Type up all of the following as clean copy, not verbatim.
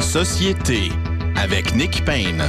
Société avec Nick Payne.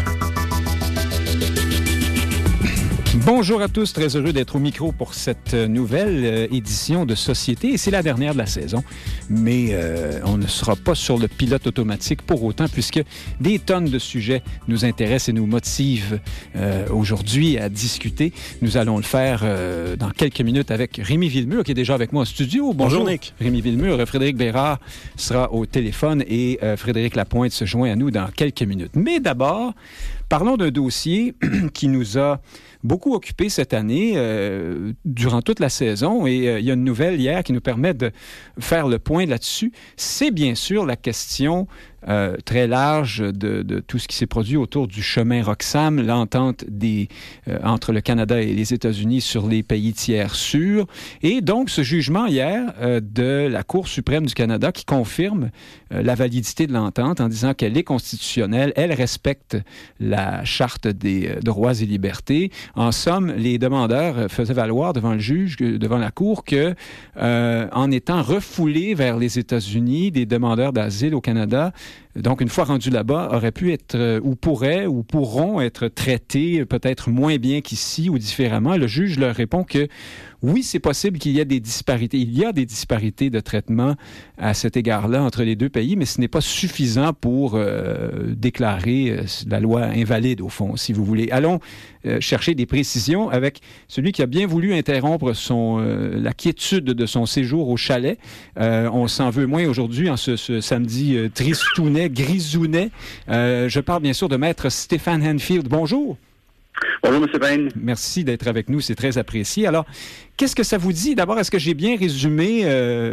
Bonjour à tous, très heureux d'être au micro pour cette nouvelle édition de Société. Et c'est la dernière de la saison, mais on ne sera pas sur le pilote automatique pour autant, puisque des tonnes de sujets nous intéressent et nous motivent aujourd'hui à discuter. Nous allons le faire dans quelques minutes avec Rémi Villemur, qui est déjà avec moi au studio. Bonjour Nick. Rémi Villemur, Frédéric Bérard sera au téléphone et Frédéric Lapointe se joint à nous dans quelques minutes. Mais d'abord, parlons d'un dossier qui nous a beaucoup occupé cette année, durant toute la saison. Et il y a une nouvelle hier qui nous permet de faire le point là-dessus. C'est bien sûr la question très large de tout ce qui s'est produit autour du chemin Roxham, l'entente entre le Canada et les États-Unis sur les pays tiers sûrs. Et donc, ce jugement hier de la Cour suprême du Canada qui confirme la validité de l'entente en disant qu'elle est constitutionnelle, elle respecte la Charte des droits et libertés. En somme, les demandeurs faisaient valoir devant le juge, devant la Cour, que en étant refoulés vers les États-Unis, des demandeurs d'asile au Canada, donc une fois rendus là-bas, auraient pu être, ou pourraient, ou pourront être traités peut-être moins bien qu'ici ou différemment. Le juge leur répond que oui, c'est possible qu'il y ait des disparités. Il y a des disparités de traitement à cet égard-là entre les deux pays, mais ce n'est pas suffisant pour déclarer la loi invalide, au fond, si vous voulez. Allons chercher des précisions avec celui qui a bien voulu interrompre la quiétude de son séjour au chalet. On s'en veut moins aujourd'hui, en ce samedi tristounet, grisounet. Je parle bien sûr de Maître Stéphane Hanfield. Bonjour. Bonjour, M. Payne. Merci d'être avec nous, c'est très apprécié. Alors, qu'est-ce que ça vous dit? D'abord, est-ce que j'ai bien résumé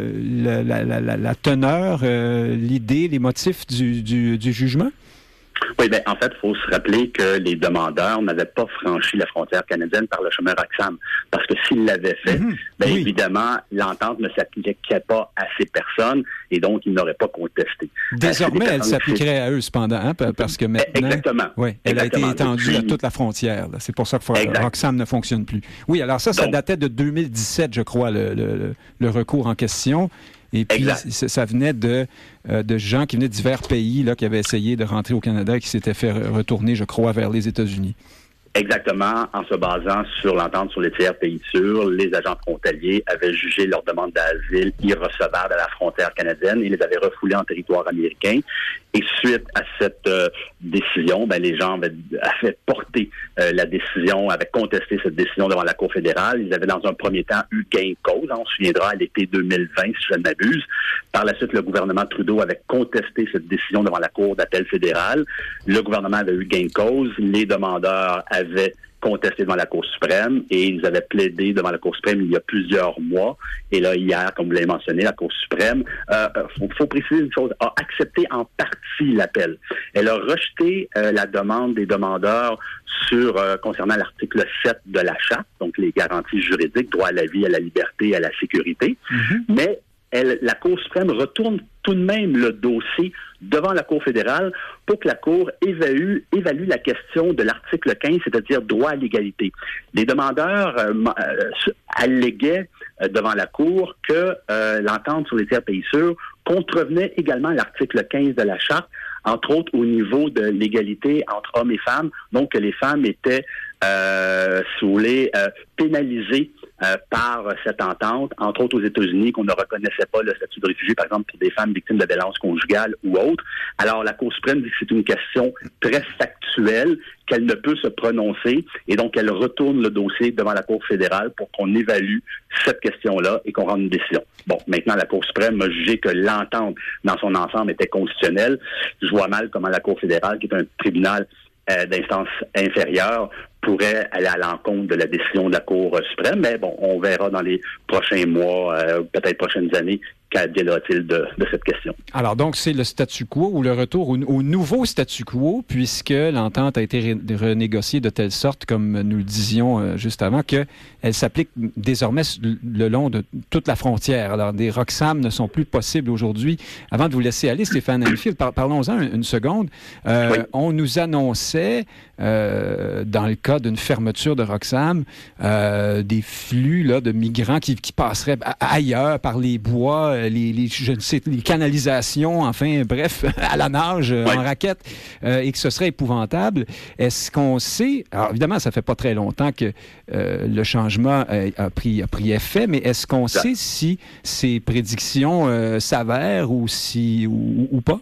la teneur, l'idée, les motifs du jugement? Oui, bien, en fait, il faut se rappeler que les demandeurs n'avaient pas franchi la frontière canadienne par le chemin Roxham. Parce que s'ils l'avaient fait, bien évidemment, l'entente ne s'appliquait pas à ces personnes et donc ils n'auraient pas contesté. Désormais, elle s'appliquerait à eux, cependant, hein, parce que maintenant... Exactement. Oui, elle a été étendue à toute la frontière. Là. C'est pour ça que Roxham ne fonctionne plus. Oui, alors ça datait de 2017, je crois, le recours en question. Et puis, ça venait de gens qui venaient de divers pays là, qui avaient essayé de rentrer au Canada et qui s'étaient fait retourner, je crois, vers les États-Unis. Exactement. En se basant sur l'entente sur les tiers pays sûrs, les agents frontaliers avaient jugé leur demande d'asile irrecevable à la frontière canadienne et les avaient refoulés en territoire américain. Et suite à cette décision, ben, les gens avaient porté la décision, avaient contesté cette décision devant la Cour fédérale. Ils avaient dans un premier temps eu gain de cause. On se souviendra à l'été 2020, si je ne m'abuse. Par la suite, le gouvernement Trudeau avait contesté cette décision devant la Cour d'appel fédérale. Le gouvernement avait eu gain de cause. Les demandeurs avaient contesté devant la Cour suprême et ils avaient plaidé devant la Cour suprême il y a plusieurs mois. Et là, hier, comme vous l'avez mentionné, la Cour suprême, faut préciser une chose, a accepté en partie l'appel. Elle a rejeté la demande des demandeurs concernant l'article 7 de la Charte, donc les garanties juridiques, droit à la vie, à la liberté, à la sécurité. Mais la Cour suprême retourne tout de même le dossier devant la Cour fédérale pour que la Cour évalue la question de l'article 15, c'est-à-dire droit à l'égalité. Les demandeurs alléguaient devant la Cour que l'entente sur les tiers pays sûrs contrevenait également à l'article 15 de la Charte, entre autres au niveau de l'égalité entre hommes et femmes, donc que les femmes étaient, si vous voulez, pénalisées par cette entente, entre autres aux États-Unis, qu'on ne reconnaissait pas le statut de réfugié, par exemple, pour des femmes victimes de violences conjugales ou autres. Alors, la Cour suprême dit que c'est une question très factuelle, qu'elle ne peut se prononcer, et donc elle retourne le dossier devant la Cour fédérale pour qu'on évalue cette question-là et qu'on rende une décision. Bon, maintenant, la Cour suprême a jugé que l'entente dans son ensemble était constitutionnelle. Je vois mal comment la Cour fédérale, qui est un tribunal d'instance inférieure, pourrait aller à l'encontre de la décision de la Cour suprême. Mais bon, on verra dans les prochains mois, peut-être prochaines années, qu'adviendra-t-il de cette question. Alors donc, c'est le statu quo ou le retour au nouveau statu quo, puisque l'entente a été renégociée de telle sorte, comme nous le disions juste avant, qu'elle s'applique désormais le long de toute la frontière. Alors, des Roxham ne sont plus possibles aujourd'hui. Avant de vous laisser aller, Stéphane Hanfield, parlons-en une seconde. Oui. On nous annonçait, dans le cas d'une fermeture de Roxham, des flux là, de migrants qui passeraient ailleurs par les bois les canalisations, enfin, bref, à la nage, en raquette, et que ce serait épouvantable. Est-ce qu'on sait... Alors, évidemment, ça fait pas très longtemps que le changement a pris effet, mais est-ce qu'on sait si ces prédictions s'avèrent ou pas?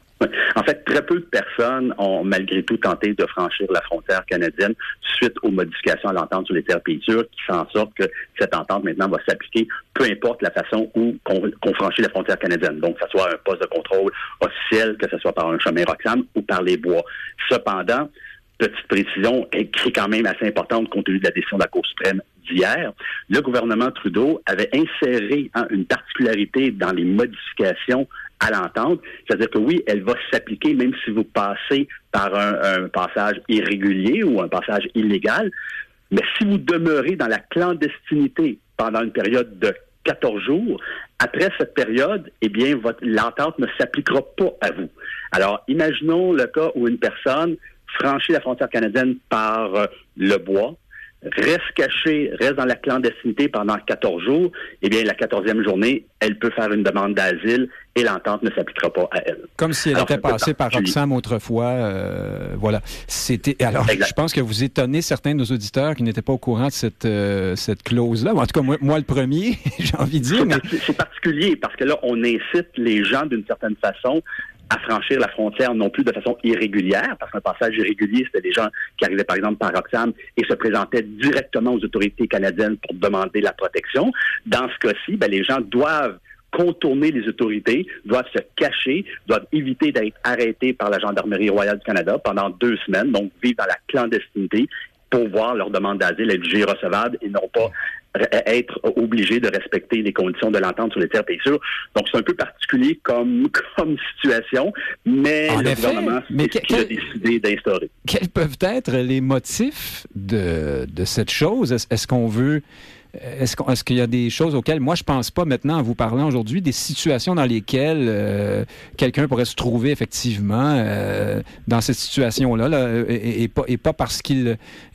En fait, très peu de personnes ont malgré tout tenté de franchir la frontière canadienne suite aux modifications à l'entente sur les tiers pays sûrs qui font en sorte que cette entente maintenant va s'appliquer peu importe la façon où qu'on franchit la frontière canadienne. Donc, que ce soit un poste de contrôle officiel, que ce soit par un chemin Roxham ou par les bois. Cependant, petite précision qui est quand même assez importante compte tenu de la décision de la Cour suprême d'hier, le gouvernement Trudeau avait inséré une particularité dans les modifications à l'entente, c'est-à-dire que oui, elle va s'appliquer même si vous passez par un passage irrégulier ou un passage illégal, mais si vous demeurez dans la clandestinité pendant une période de 14 jours, après cette période, eh bien, l'entente ne s'appliquera pas à vous. Alors, imaginons le cas où une personne franchit la frontière canadienne par le bois, reste cachée, reste dans la clandestinité pendant 14 jours, eh bien, la 14e journée, elle peut faire une demande d'asile et l'entente ne s'appliquera pas à elle. Comme si elle était passée par Roxham autrefois. Voilà. Alors, exact. Je pense que vous étonnez certains de nos auditeurs qui n'étaient pas au courant de cette clause-là. En tout cas, moi le premier, j'ai envie de dire. C'est particulier parce que là, on incite les gens d'une certaine façon à franchir la frontière non plus de façon irrégulière, parce qu'un passage irrégulier, c'était des gens qui arrivaient par exemple par Roxham et se présentaient directement aux autorités canadiennes pour demander la protection. Dans ce cas-ci, les gens doivent contourner les autorités, doivent se cacher, doivent éviter d'être arrêtés par la Gendarmerie royale du Canada pendant 2 semaines, donc vivre dans la clandestinité pour voir leur demande d'asile être jugée recevable et non pas être obligé de respecter les conditions de l'entente sur les tiers pays sûrs. Donc, c'est un peu particulier comme situation, mais le gouvernement, c'est ce qu'il a décidé d'instaurer. Quels peuvent être les motifs de cette chose? Est-ce qu'on veut... Est-ce qu'il y a des choses auxquelles, moi, je pense pas maintenant, en vous parlant aujourd'hui, des situations dans lesquelles quelqu'un pourrait se trouver effectivement dans cette situation-là, et pas parce qu'il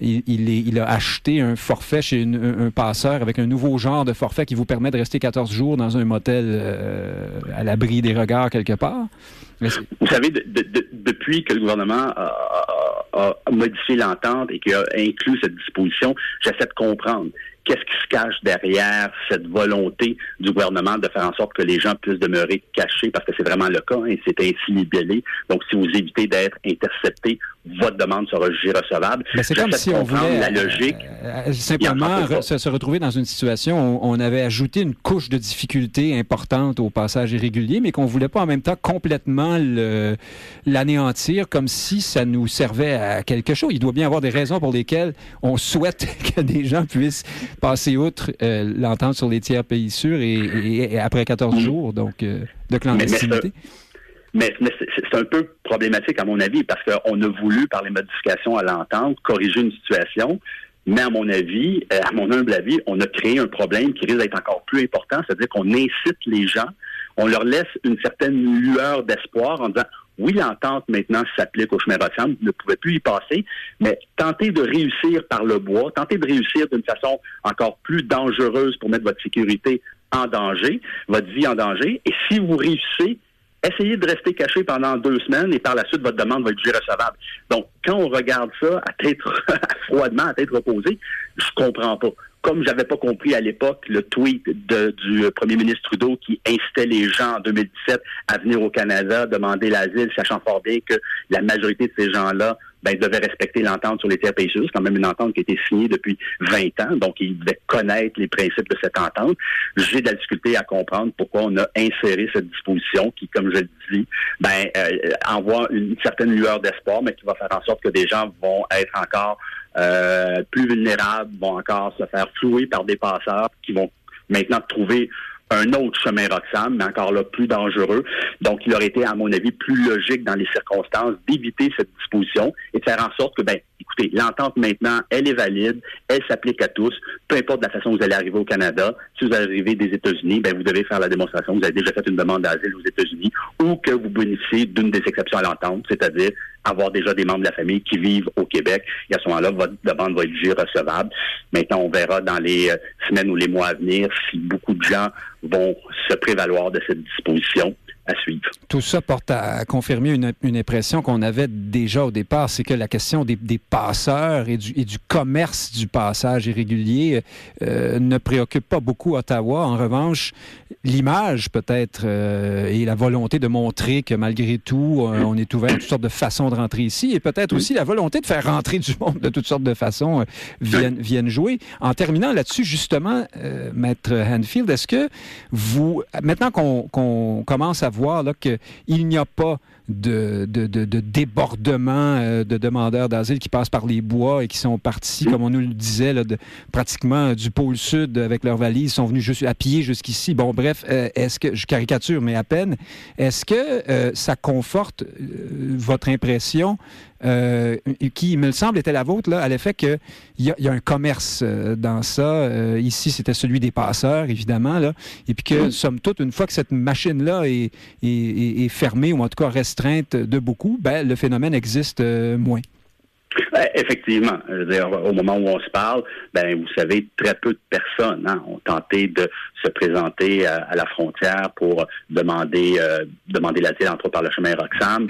a acheté un forfait chez un passeur avec un nouveau genre de forfait qui vous permet de rester 14 jours dans un motel à l'abri des regards quelque part? Vous savez, depuis que le gouvernement a modifié l'entente et qu'il a inclus cette disposition, j'essaie de comprendre qu'est-ce qui se cache derrière cette volonté du gouvernement de faire en sorte que les gens puissent demeurer cachés, parce que c'est vraiment le cas, et c'est ainsi libellé. Donc, si vous évitez d'être intercepté, votre demande sera jugée recevable. Mais c'est comme si on voulait la logique. Simplement se retrouver dans une situation où on avait ajouté une couche de difficulté importante au passage irrégulier, mais qu'on ne voulait pas en même temps complètement l'anéantir comme si ça nous servait à quelque chose. Il doit bien y avoir des raisons pour lesquelles on souhaite que des gens puissent passer outre l'entente sur les tiers pays sûrs et après 14 jours donc de clandestinité. Mais c'est un peu problématique à mon avis parce qu'on a voulu, par les modifications à l'entente, corriger une situation. Mais à mon avis, à mon humble avis, on a créé un problème qui risque d'être encore plus important, c'est-à-dire qu'on incite les gens, on leur laisse une certaine lueur d'espoir en disant oui, l'entente maintenant s'applique au chemin Roxham, vous ne pouvez plus y passer, mais tentez de réussir par le bois, tentez de réussir d'une façon encore plus dangereuse pour mettre votre sécurité en danger, votre vie en danger, et si vous réussissez, essayez de rester caché pendant 2 semaines et par la suite, votre demande va être jugée recevable. Donc, quand on regarde ça à tête froidement, à tête reposée, je comprends pas. Comme j'avais pas compris à l'époque le tweet du premier ministre Trudeau qui incitait les gens en 2017 à venir au Canada demander l'asile, sachant fort bien que la majorité de ces gens-là devaient respecter l'entente sur les tiers pays sûrs. C'est quand même une entente qui a été signée depuis 20 ans, donc ils devaient connaître les principes de cette entente. J'ai de la difficulté à comprendre pourquoi on a inséré cette disposition qui, comme je le dis, envoie une certaine lueur d'espoir, mais qui va faire en sorte que des gens vont être encore plus vulnérables, vont encore se faire flouer par des passeurs qui vont maintenant trouver un autre chemin Roxham, mais encore là, plus dangereux. Donc, il aurait été, à mon avis, plus logique dans les circonstances d'éviter cette disposition et de faire en sorte que, écoutez, l'entente maintenant, elle est valide, elle s'applique à tous, peu importe la façon dont vous allez arriver au Canada. Si vous arrivez des États-Unis, vous devez faire la démonstration, vous avez déjà fait une demande d'asile aux États-Unis ou que vous bénéficiez d'une des exceptions à l'entente, c'est-à-dire avoir déjà des membres de la famille qui vivent au Québec. Et à ce moment-là, votre demande va être jugée recevable. Maintenant, on verra dans les semaines ou les mois à venir si beaucoup de gens vont se prévaloir de cette disposition à suivre. Tout ça porte à confirmer une impression qu'on avait déjà au départ, c'est que la question des passeurs et du commerce du passage irrégulier ne préoccupe pas beaucoup Ottawa. En revanche, l'image peut-être et la volonté de montrer que malgré tout, on est ouvert à toutes sortes de façons de rentrer ici et peut-être aussi la volonté de faire rentrer du monde de toutes sortes de façons viennent jouer. En terminant là-dessus, justement, Maître Handfield, est-ce que vous, maintenant qu'on commence à voir là, qu'il n'y a pas de débordement de demandeurs d'asile qui passent par les bois et qui sont partis, comme on nous le disait, là, pratiquement du pôle sud avec leurs valises, sont venus juste à pied jusqu'ici. Bon, bref, est-ce que, je caricature, mais à peine, est-ce que ça conforte votre impression qui, me semble, était la vôtre, là, à l'effet qu'il y a un commerce dans ça. Ici, c'était celui des passeurs, évidemment, là, et puis que, somme toute, une fois que cette machine-là est fermée, ou en tout cas restreinte de beaucoup, ben, le phénomène existe moins. Effectivement. Je veux dire, au moment où on se parle, ben vous savez, très peu de personnes ont tenté de se présenter à la frontière pour demander l'asile, entre autres par le chemin Roxham.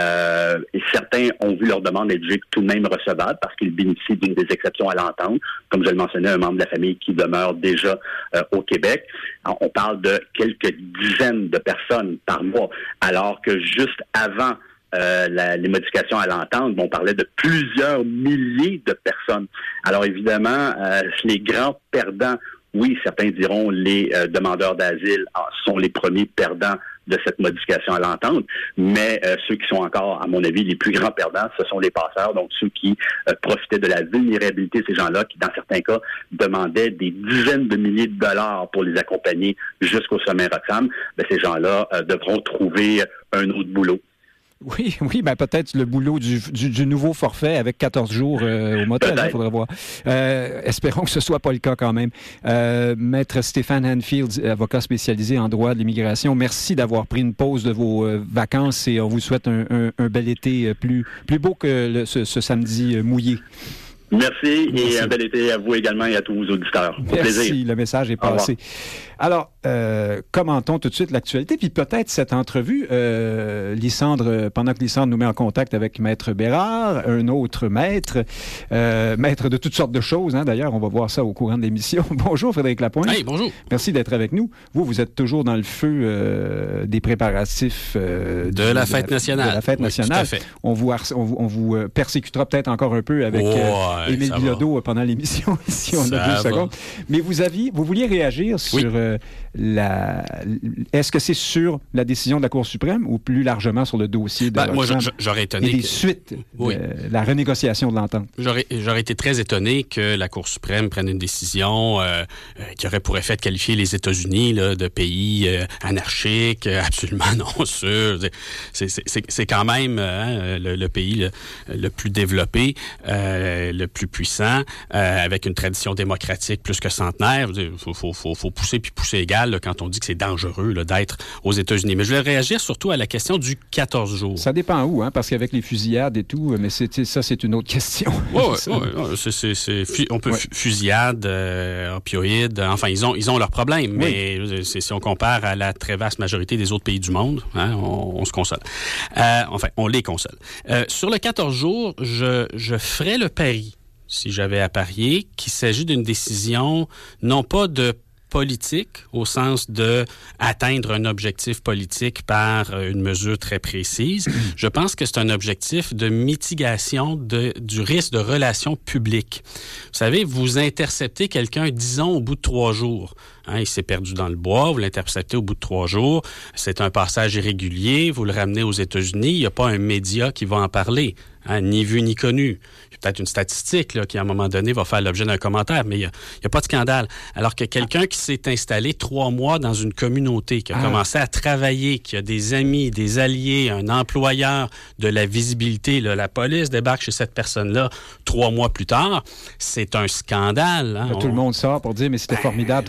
Et certains ont vu leur demande être jugée tout de même recevable parce qu'ils bénéficient d'une des exceptions à l'entente. Comme je le mentionnais, un membre de la famille qui demeure déjà au Québec. Alors, on parle de quelques dizaines de personnes par mois, alors que juste avant les modifications à l'entente, on parlait de plusieurs milliers de personnes. Alors évidemment, les grands perdants, oui, certains diront les demandeurs d'asile sont les premiers perdants de cette modification à l'entente, mais ceux qui sont encore, à mon avis, les plus grands perdants, ce sont les passeurs, donc ceux qui profitaient de la vulnérabilité de ces gens-là, qui, dans certains cas, demandaient des dizaines de milliers de dollars pour les accompagner jusqu'au sommet Roxham. Ben, ces gens-là devront trouver un autre boulot. Oui, ben peut-être le boulot du nouveau forfait avec 14 jours au motel, il faudra voir. Espérons que ce soit pas le cas quand même. Maître Stéphane Handfield, avocat spécialisé en droit de l'immigration, merci d'avoir pris une pause de vos vacances et on vous souhaite un bel été plus beau que ce samedi mouillé. Merci et un bel été à vous également et à tous vos auditeurs. Au plaisir. Plaisir. Le message est passé. Alors, commentons tout de suite l'actualité, puis peut-être cette entrevue, Lysandre, pendant que Lysandre nous met en contact avec Maître Bérard, un autre maître de toutes sortes de choses, hein, d'ailleurs, on va voir ça au courant de l'émission. Bonjour Frédéric Lapointe. Hey, bonjour. Merci d'être avec nous. Vous êtes toujours dans le feu des préparatifs de la fête nationale. De la fête nationale. Tout à fait. On vous persécutera peut-être encore un peu avec Émile Bilodeau pendant l'émission, ici, on a 2 secondes. Mais vous vouliez réagir sur est-ce que c'est sur la décision de la Cour suprême ou plus largement sur le dossier de moi, j'aurais étonné et des suites de la renégociation de l'entente? J'aurais été très étonné que la Cour suprême prenne une décision qui aurait pour effet de qualifier les États-Unis là, de pays anarchiques, absolument non sûr. C'est quand même le pays le plus développé, le plus puissant, avec une tradition démocratique plus que centenaire. Il faut pousser puis pousser égal là, quand on dit que c'est dangereux là, d'être aux États-Unis. Mais je vais réagir surtout à la question du 14 jours. Ça dépend où, hein, parce qu'avec les fusillades et tout, mais c'est une autre question. On peut fusillade, opioïdes, enfin, ils ont leurs problèmes, mais si on compare à la très vaste majorité des autres pays du monde, hein, on se console. Enfin, on les console. Sur le 14 jours, je ferais le pari, si j'avais à parier, qu'il s'agit d'une décision non pas de politique, au sens de atteindre un objectif politique par une mesure très précise. Je pense que c'est un objectif de mitigation du risque de relations publiques. Vous savez, vous interceptez quelqu'un, disons, au bout de 3 jours. Hein, il s'est perdu dans le bois, vous l'interceptez au bout de 3 jours. C'est un passage irrégulier, vous le ramenez aux États-Unis, il n'y a pas un média qui va en parler. Hein, ni vu ni connu. Il y a peut-être une statistique là, qui, à un moment donné, va faire l'objet d'un commentaire, mais il n'y a pas de scandale. Alors que quelqu'un qui s'est installé 3 mois dans une communauté, qui a commencé à travailler, qui a des amis, des alliés, un employeur, de la visibilité, là, la police débarque chez cette personne-là 3 mois plus tard, c'est un scandale. Hein? Là, tout le monde sort pour dire, mais c'était formidable de travailler avec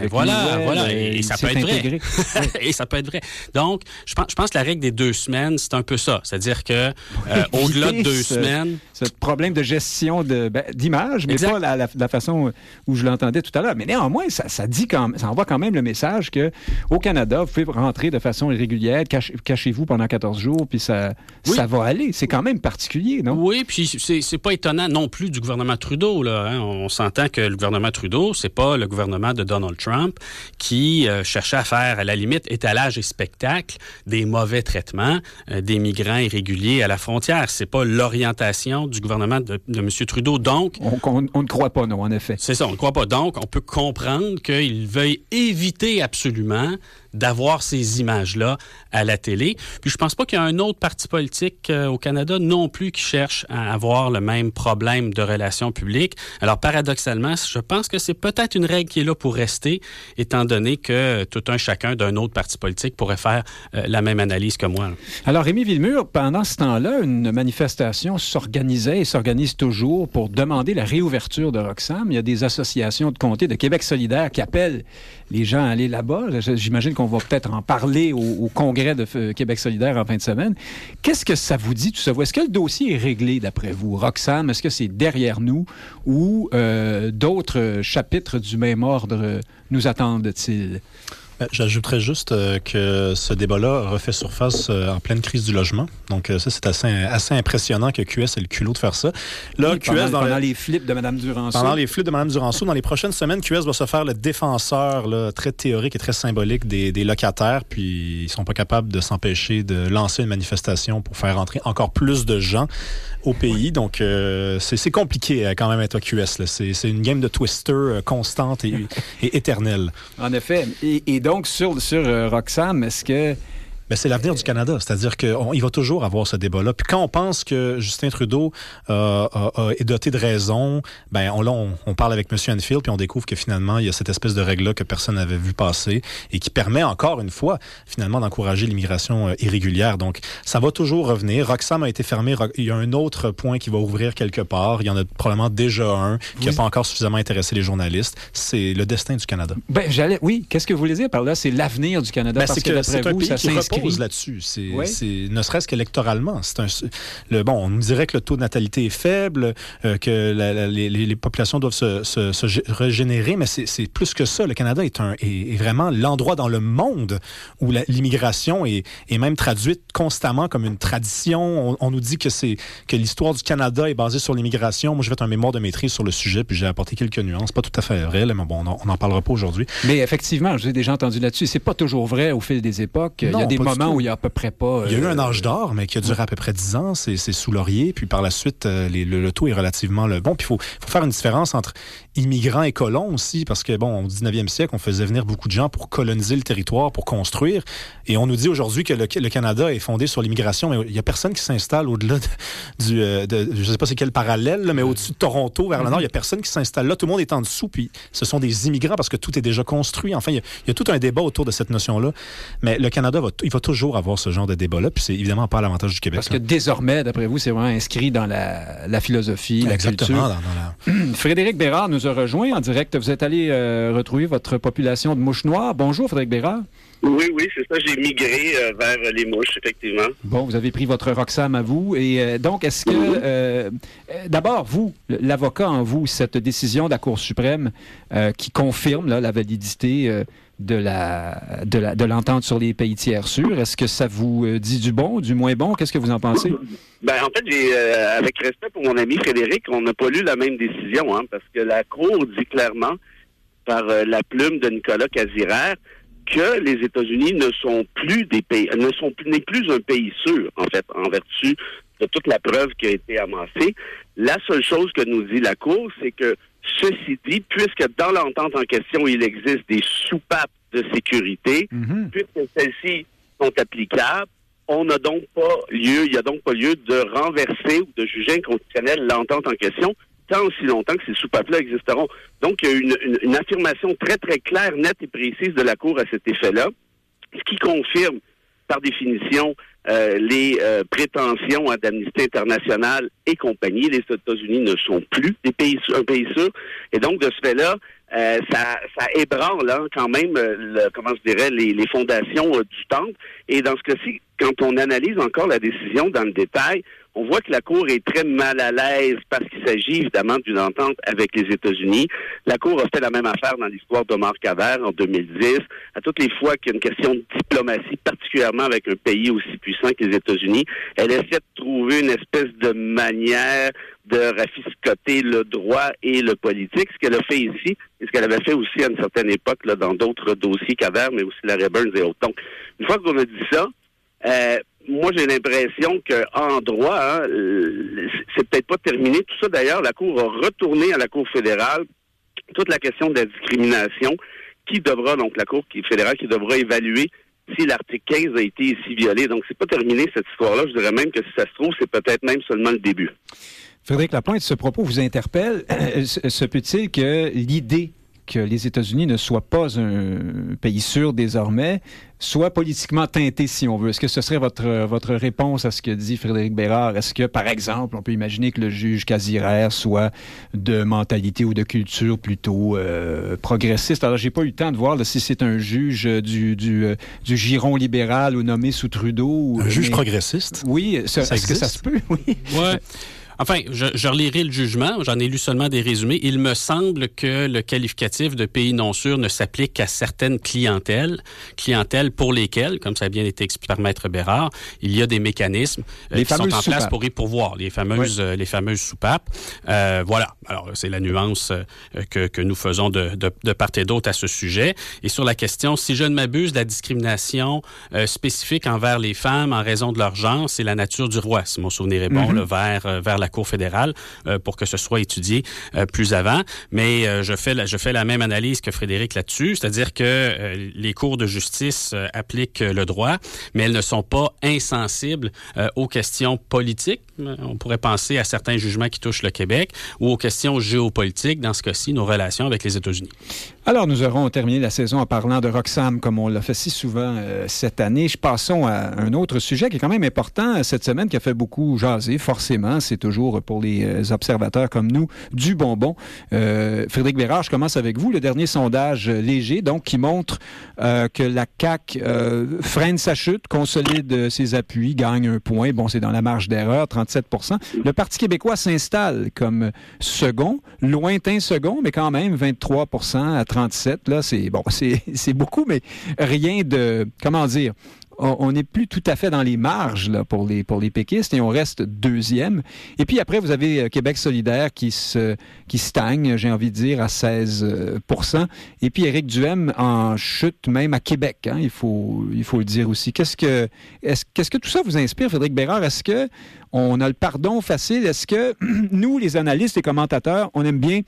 Voilà. Et ça peut être vrai. Et ça peut être vrai. Donc, je pense que la règle des 2 semaines, c'est un peu ça. C'est-à-dire que au-delà de 2 semaines... Ce problème de gestion d'image, mais pas la façon où je l'entendais tout à l'heure. Mais néanmoins, ça envoie quand même le message qu'au Canada, vous pouvez rentrer de façon irrégulière, cachez-vous pendant 14 jours, puis ça va aller. C'est quand même particulier, non? Oui, puis c'est pas étonnant non plus du gouvernement Trudeau. Là, hein. On s'entend que le gouvernement Trudeau, c'est pas le gouvernement de Donald Trump qui cherchait à faire, à la limite, étalage et spectacle des mauvais traitements des migrants irréguliers à la frontière. C'est pas l'orientation du gouvernement de M. Trudeau. Donc, on ne croit pas, non, en effet. C'est ça, on ne croit pas. Donc, on peut comprendre qu'il veuille éviter absolument d'avoir ces images-là à la télé. Puis je pense pas qu'il y a un autre parti politique au Canada non plus qui cherche à avoir le même problème de relations publiques. Alors paradoxalement, je pense que c'est peut-être une règle qui est là pour rester, étant donné que tout un chacun d'un autre parti politique pourrait faire la même analyse que moi. Alors Rémi Villemure, pendant ce temps-là, une manifestation s'organisait et s'organise toujours pour demander la réouverture de Roxham. Il y a des associations de comté de Québec solidaire qui appellent les gens à aller là-bas. J'imagine qu'on va peut-être en parler au congrès de Québec solidaire en fin de semaine. Qu'est-ce que ça vous dit, tout ça? Est-ce que le dossier est réglé, d'après vous? Roxham, est-ce que c'est derrière nous ou d'autres chapitres du même ordre nous attendent-ils? J'ajouterais juste que ce débat-là refait surface en pleine crise du logement. Donc ça, c'est assez impressionnant que QS ait le culot de faire ça. Là, oui, QS pendant les flips de Mme Duranceau. Pendant les flips de Mme Duranceau, dans les prochaines semaines, QS va se faire le défenseur là, très théorique et très symbolique des locataires. Puis ils sont pas capables de s'empêcher de lancer une manifestation pour faire entrer encore plus de gens au pays. Donc c'est compliqué quand même être à QS. Là. C'est une game de twister constante et éternelle. En effet. Et donc, sur Roxham, est-ce que... Ben, c'est l'avenir du Canada. C'est-à-dire qu'il va toujours avoir ce débat-là. Puis quand on pense que Justin Trudeau est doté de raison, ben on parle avec M. Enfield puis on découvre que finalement, il y a cette espèce de règle-là que personne n'avait vu passer et qui permet encore une fois, finalement, d'encourager l'immigration irrégulière. Donc, ça va toujours revenir. Roxham a été fermé. Il y a un autre point qui va ouvrir quelque part. Il y en a probablement déjà un qui n'a pas encore suffisamment intéressé les journalistes. C'est le destin du Canada. Ben, oui. Qu'est-ce que vous voulez dire par là? C'est l'avenir du Canada. Ben, parce que d'après vous, ça s'inscrit là-dessus. C'est ne serait-ce qu'électoralement. On nous dirait que le taux de natalité est faible, que les populations doivent se régénérer, mais c'est plus que ça. Le Canada est vraiment l'endroit dans le monde où l'immigration est même traduite constamment comme une tradition. On nous dit que l'histoire du Canada est basée sur l'immigration. Moi, j'ai fait un mémoire de maîtrise sur le sujet, puis j'ai apporté quelques nuances. Pas tout à fait vrai, mais bon, on n'en parlera pas aujourd'hui. Mais effectivement, je vous ai déjà entendu là-dessus. C'est pas toujours vrai au fil des époques. Il y a des moments où il y a à peu près pas... Il y a eu un âge d'or, mais qui a duré à peu près 10 ans. C'est sous Laurier. Puis par la suite, le taux est relativement bon. Puis il faut faire une différence entre immigrants et colons aussi, parce que, au 19e siècle, on faisait venir beaucoup de gens pour coloniser le territoire, pour construire. Et on nous dit aujourd'hui que le Canada est fondé sur l'immigration, mais il n'y a personne qui s'installe au-delà je ne sais pas c'est quel parallèle, là, mais au-dessus de Toronto, vers le nord, il n'y a personne qui s'installe là. Tout le monde est en dessous, puis ce sont des immigrants parce que tout est déjà construit. Enfin, il y a tout un débat autour de cette notion-là. Mais le Canada, il va toujours avoir ce genre de débat-là, puis c'est évidemment pas à l'avantage du Québec. Parce que désormais, d'après vous, c'est vraiment inscrit dans la philosophie, la Exactement, culture. Frédéric Bérard nous a rejoint en direct. Vous êtes allé retrouver votre population de mouches noires. Bonjour, Frédéric Bérard. Oui, c'est ça. J'ai migré vers les mouches, effectivement. Bon, vous avez pris votre Roxham à vous. Et donc, est-ce que... d'abord, vous, l'avocat en vous, cette décision de la Cour suprême qui confirme la validité de l'entente sur les pays tiers sûrs, est-ce que ça vous dit du bon, du moins bon? Qu'est-ce que vous en pensez? En fait, avec respect pour mon ami Frédéric, on n'a pas lu la même décision, parce que la Cour dit clairement, par la plume de Nicolas Casiraire, que les États-Unis n'est plus un pays sûr, en fait, en vertu de toute la preuve qui a été amassée. La seule chose que nous dit la Cour, c'est que, ceci dit, puisque dans l'entente en question, il existe des soupapes de sécurité, puisque celles-ci sont applicables, il n'y a donc pas lieu de renverser ou de juger inconstitutionnelle l'entente en question, tant aussi longtemps que ces soupapes-là existeront. Donc, il y a une affirmation très, très claire, nette et précise de la Cour à cet effet-là, ce qui confirme, par définition, les prétentions d'Amnesty International et compagnie. Les États-Unis ne sont plus un pays sûr. Et donc, de ce fait-là, ça ébranle quand même, les fondations du temple. Et dans ce cas-ci, quand on analyse encore la décision dans le détail, on voit que la Cour est très mal à l'aise parce qu'il s'agit évidemment d'une entente avec les États-Unis. La Cour a fait la même affaire dans l'histoire d'Omar Khadr en 2010. À toutes les fois qu'il y a une question de diplomatie, particulièrement avec un pays aussi puissant que les États-Unis, elle essaie de trouver une espèce de manière de rafiscoter le droit et le politique, ce qu'elle a fait ici, et ce qu'elle avait fait aussi à une certaine époque là, dans d'autres dossiers Khadr, mais aussi l'arrêt Burns et autres. Donc, une fois qu'on a dit ça, moi, j'ai l'impression qu'en droit, c'est peut-être pas terminé. Tout ça, d'ailleurs, la Cour a retourné à la Cour fédérale toute la question de la discrimination la Cour fédérale qui devra évaluer si l'article 15 a été ici violé. Donc, c'est pas terminé, cette histoire-là. Je dirais même que si ça se trouve, c'est peut-être même seulement le début. Frédéric Lapointe, ce propos vous interpelle. Se peut-il que l'idée que les États-Unis ne soient pas un pays sûr désormais soit politiquement teinté, si on veut? Est-ce que ce serait votre réponse à ce que dit Frédéric Bérard? Est-ce que, par exemple, on peut imaginer que le juge Casirère soit de mentalité ou de culture plutôt progressiste? Alors, j'ai pas eu le temps de voir là, si c'est un juge du giron libéral ou nommé sous Trudeau. Un juge progressiste? Oui, est-ce que ça se peut? Oui. Ouais. Enfin, je relirai le jugement. J'en ai lu seulement des résumés. Il me semble que le qualificatif de pays non sûr ne s'applique qu'à certaines clientèles pour lesquelles, comme ça a bien été expliqué par Maître Bérard, il y a des mécanismes qui sont en place pour y pourvoir, les fameuses soupapes. Voilà. Alors, c'est la nuance que nous faisons de part et d'autre à ce sujet. Et sur la question, si je ne m'abuse, la discrimination spécifique envers les femmes en raison de leur genre, c'est la nature du roi, si mon souvenir est bon, là, vers la Cour fédérale pour que ce soit étudié plus avant. Mais je fais la même analyse que Frédéric là-dessus, c'est-à-dire que les cours de justice appliquent le droit, mais elles ne sont pas insensibles aux questions politiques. On pourrait penser à certains jugements qui touchent le Québec ou aux questions géopolitiques, dans ce cas-ci, nos relations avec les États-Unis. Alors, nous aurons terminé la saison en parlant de Roxham, comme on l'a fait si souvent cette année. Passons à un autre sujet qui est quand même important cette semaine, qui a fait beaucoup jaser, forcément. C'est toujours pour les observateurs comme nous du bonbon. Frédéric Bérard, je commence avec vous. Le dernier sondage léger, donc, qui montre que la CAQ freine sa chute, consolide ses appuis, gagne un point. Bon, c'est dans la marge d'erreur, 37%. Le Parti québécois s'installe comme second, lointain second, mais quand même 23% à 37%. Là, c'est beaucoup, mais rien de, comment dire, on n'est plus tout à fait dans les marges là, pour les péquistes et on reste deuxième. Et puis après, vous avez Québec solidaire qui stagne, j'ai envie de dire, à 16%. Et puis Éric Duhem en chute même à Québec. Hein, il faut le dire aussi. Qu'est-ce que tout ça vous inspire, Frédéric Bérard? Est-ce que on a le pardon facile? Est-ce que nous, les analystes et commentateurs, on aime bien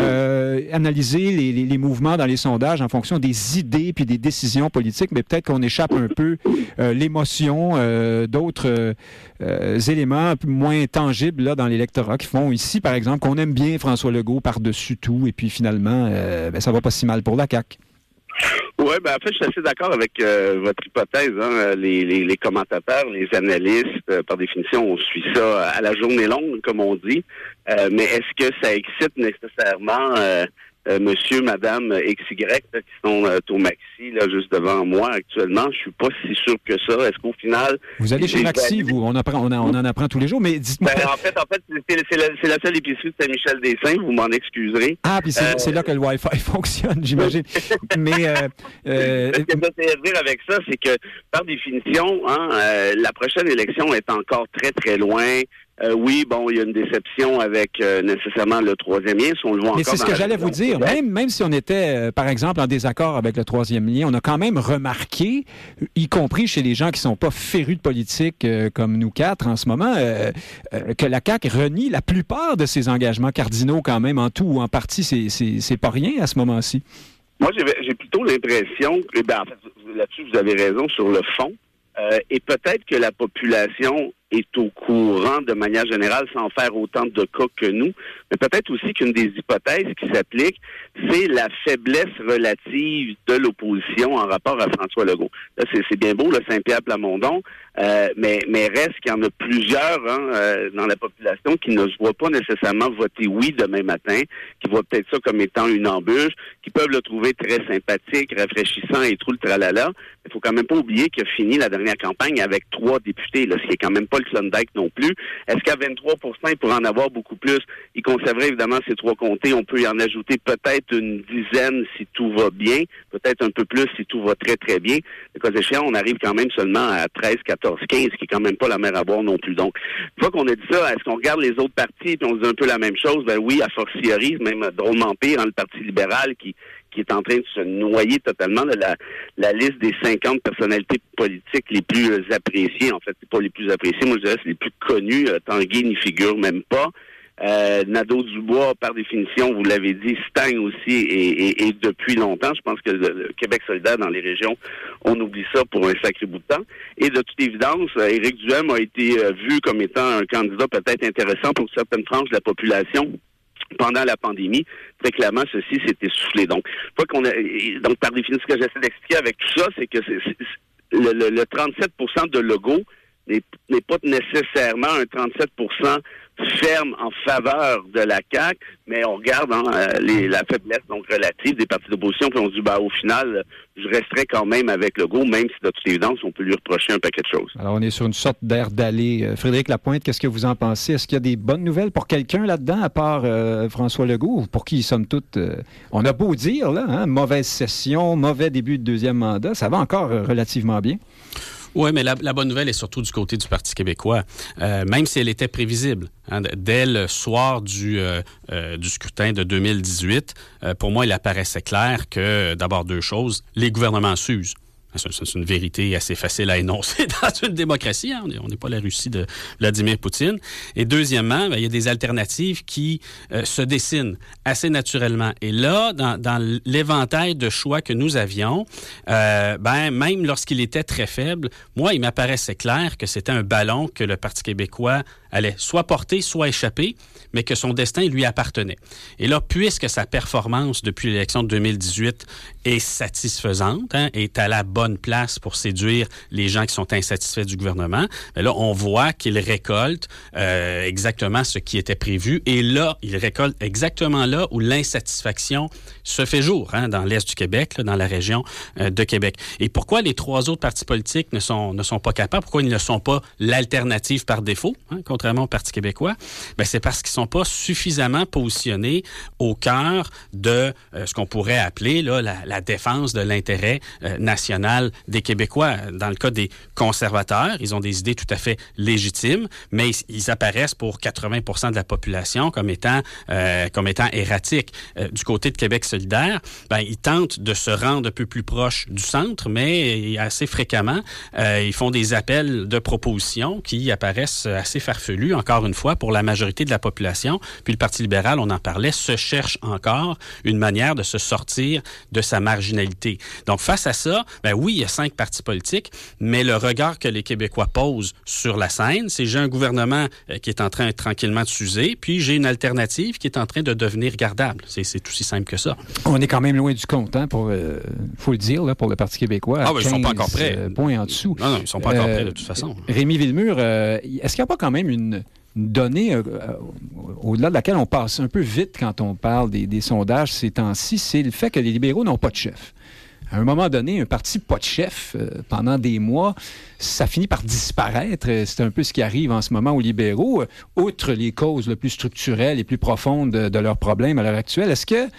analyser les mouvements dans les sondages en fonction des idées puis des décisions politiques, mais peut-être qu'on échappe un peu l'émotion d'autres éléments moins tangibles là, dans l'électorat qui font ici, par exemple, qu'on aime bien François Legault par-dessus tout et puis finalement, ça va pas si mal pour la CAQ. Oui, en fait, je suis assez d'accord avec votre hypothèse. Hein. Les commentateurs, les analystes, par définition, on suit ça à la journée longue, comme on dit. Mais est-ce que ça excite nécessairement monsieur, madame, XY, là, qui sont au Maxi, là, juste devant moi actuellement? Je suis pas si sûr que ça. Est-ce qu'au final... Vous allez chez Maxi, vous? On en apprend tous les jours, mais dites-moi... En fait, c'est la seule épicerie de Saint-Michel-des-Saints, vous m'en excuserez. Ah, puis c'est là que le Wi-Fi fonctionne, j'imagine. Mais... Ce que j'essaie de dire avec ça, c'est que, par définition, la prochaine élection est encore très, très loin. Oui, bon, il y a une déception avec nécessairement le troisième lien, si on le voit encore. Mais c'est ce que j'allais vous dire. Même si on était, par exemple, en désaccord avec le troisième lien, on a quand même remarqué, y compris chez les gens qui sont pas férus de politique comme nous quatre en ce moment, que la CAQ renie la plupart de ses engagements cardinaux quand même, en tout ou en partie. C'est pas rien à ce moment-ci. Moi, j'ai plutôt l'impression que, en fait, là-dessus, vous avez raison sur le fond. Et peut-être que la population est au courant de manière générale sans faire autant de cas que nous. Mais peut-être aussi qu'une des hypothèses qui s'applique, c'est la faiblesse relative de l'opposition en rapport à François Legault. Là, c'est bien beau, le Saint-Pierre-Plamondon, mais reste qu'il y en a plusieurs dans la population qui ne se voient pas nécessairement voter oui demain matin, qui voient peut-être ça comme étant une embûche, qui peuvent le trouver très sympathique, rafraîchissant et tout le tralala. Il faut quand même pas oublier qu'il a fini la dernière campagne avec 3 députés, là, ce qui est quand même pas le Klondike non plus. Est-ce qu'à 23 % il pourrait en avoir beaucoup plus? Il conserverait évidemment ces 3 comtés. On peut y en ajouter peut-être une dizaine si tout va bien, peut-être un peu plus si tout va très, très bien. Le cas échéant, on arrive quand même seulement à 13, 14, 15, ce qui est quand même pas la mer à boire non plus. Donc, une fois qu'on a dit ça, est-ce qu'on regarde les autres partis et on dit un peu la même chose? Ben oui, a fortiori, même drôlement pire, le Parti libéral qui est en train de se noyer totalement de la liste des 50 personnalités politiques les plus appréciées. En fait, c'est pas les plus appréciées, moi je dirais c'est les plus connues. Tanguay n'y figure même pas. Nadeau-Dubois, par définition, vous l'avez dit, stagne aussi et depuis longtemps. Je pense que le Québec solidaire dans les régions, on oublie ça pour un sacré bout de temps. Et de toute évidence, Éric Duhem a été vu comme étant un candidat peut-être intéressant pour certaines tranches de la population. Pendant la pandémie, très clairement, ceci s'est essoufflé. Donc, par définition, ce que j'essaie d'expliquer avec tout ça, c'est que le 37% de Legault n'est pas nécessairement un 37% ferme en faveur de la CAQ, mais on regarde la faiblesse donc relative des partis d'opposition, puis on se dit, au final, je resterai quand même avec Legault, même si de toute évidence, on peut lui reprocher un paquet de choses. Alors, on est sur une sorte d'air d'aller. Frédéric Lapointe, qu'est-ce que vous en pensez? Est-ce qu'il y a des bonnes nouvelles pour quelqu'un là-dedans, à part François Legault, pour qui, somme toute, on a beau dire, là, mauvaise session, mauvais début de deuxième mandat, ça va encore relativement bien? Oui, mais la bonne nouvelle est surtout du côté du Parti québécois, même si elle était prévisible. Dès le soir du scrutin de 2018, pour moi, il apparaissait clair que, d'abord, 2 choses, les gouvernements s'usent. C'est une vérité assez facile à énoncer dans une démocratie. On n'est pas la Russie de Vladimir Poutine. Et deuxièmement, il y a des alternatives qui se dessinent assez naturellement. Et là, dans l'éventail de choix que nous avions, même lorsqu'il était très faible, moi, il m'apparaissait clair que c'était un ballon que le Parti québécois allait soit porter, soit échapper, mais que son destin lui appartenait. Et là, puisque sa performance depuis l'élection de 2018 est satisfaisante, est à la bonne place pour séduire les gens qui sont insatisfaits du gouvernement, bien là, on voit qu'il récolte exactement ce qui était prévu. Et là, il récolte exactement là où l'insatisfaction se fait jour, dans l'Est du Québec, là, dans la région de Québec. Et pourquoi les 3 autres partis politiques ne sont pas capables? Pourquoi ils ne sont pas l'alternative par défaut, contrairement au Parti québécois? Bien, c'est parce qu'ils ne sont pas suffisamment positionnés au cœur de ce qu'on pourrait appeler là, la défense de l'intérêt national des Québécois. Dans le cas des conservateurs, ils ont des idées tout à fait légitimes, mais ils apparaissent pour 80% de la population comme étant erratiques. Du côté de Québec solidaire, ils tentent de se rendre un peu plus proche du centre, mais assez fréquemment, ils font des appels de propositions qui apparaissent assez farfelus, encore une fois, pour la majorité de la population. Puis le Parti libéral, on en parlait, se cherche encore une manière de se sortir de sa marginalité. Donc, face à ça, oui, il y a 5 partis politiques, mais le regard que les Québécois posent sur la scène, c'est j'ai un gouvernement qui est en train tranquillement de s'user, puis j'ai une alternative qui est en train de devenir gardable. C'est aussi simple que ça. On est quand même loin du compte, faut le dire, là, pour le Parti québécois. Ils ne sont pas encore prêts. Points en dessous. Non, ils ne sont pas encore prêts de toute façon. Rémi Villemure, est-ce qu'il n'y a pas quand même une donnée au-delà de laquelle on passe un peu vite quand on parle des sondages ces temps-ci, c'est le fait que les libéraux n'ont pas de chef. À un moment donné, un parti pas de chef, pendant des mois, ça finit par disparaître. C'est un peu ce qui arrive en ce moment aux libéraux. Outre les causes les plus structurelles et plus profondes de leurs problèmes à l'heure actuelle, est-ce que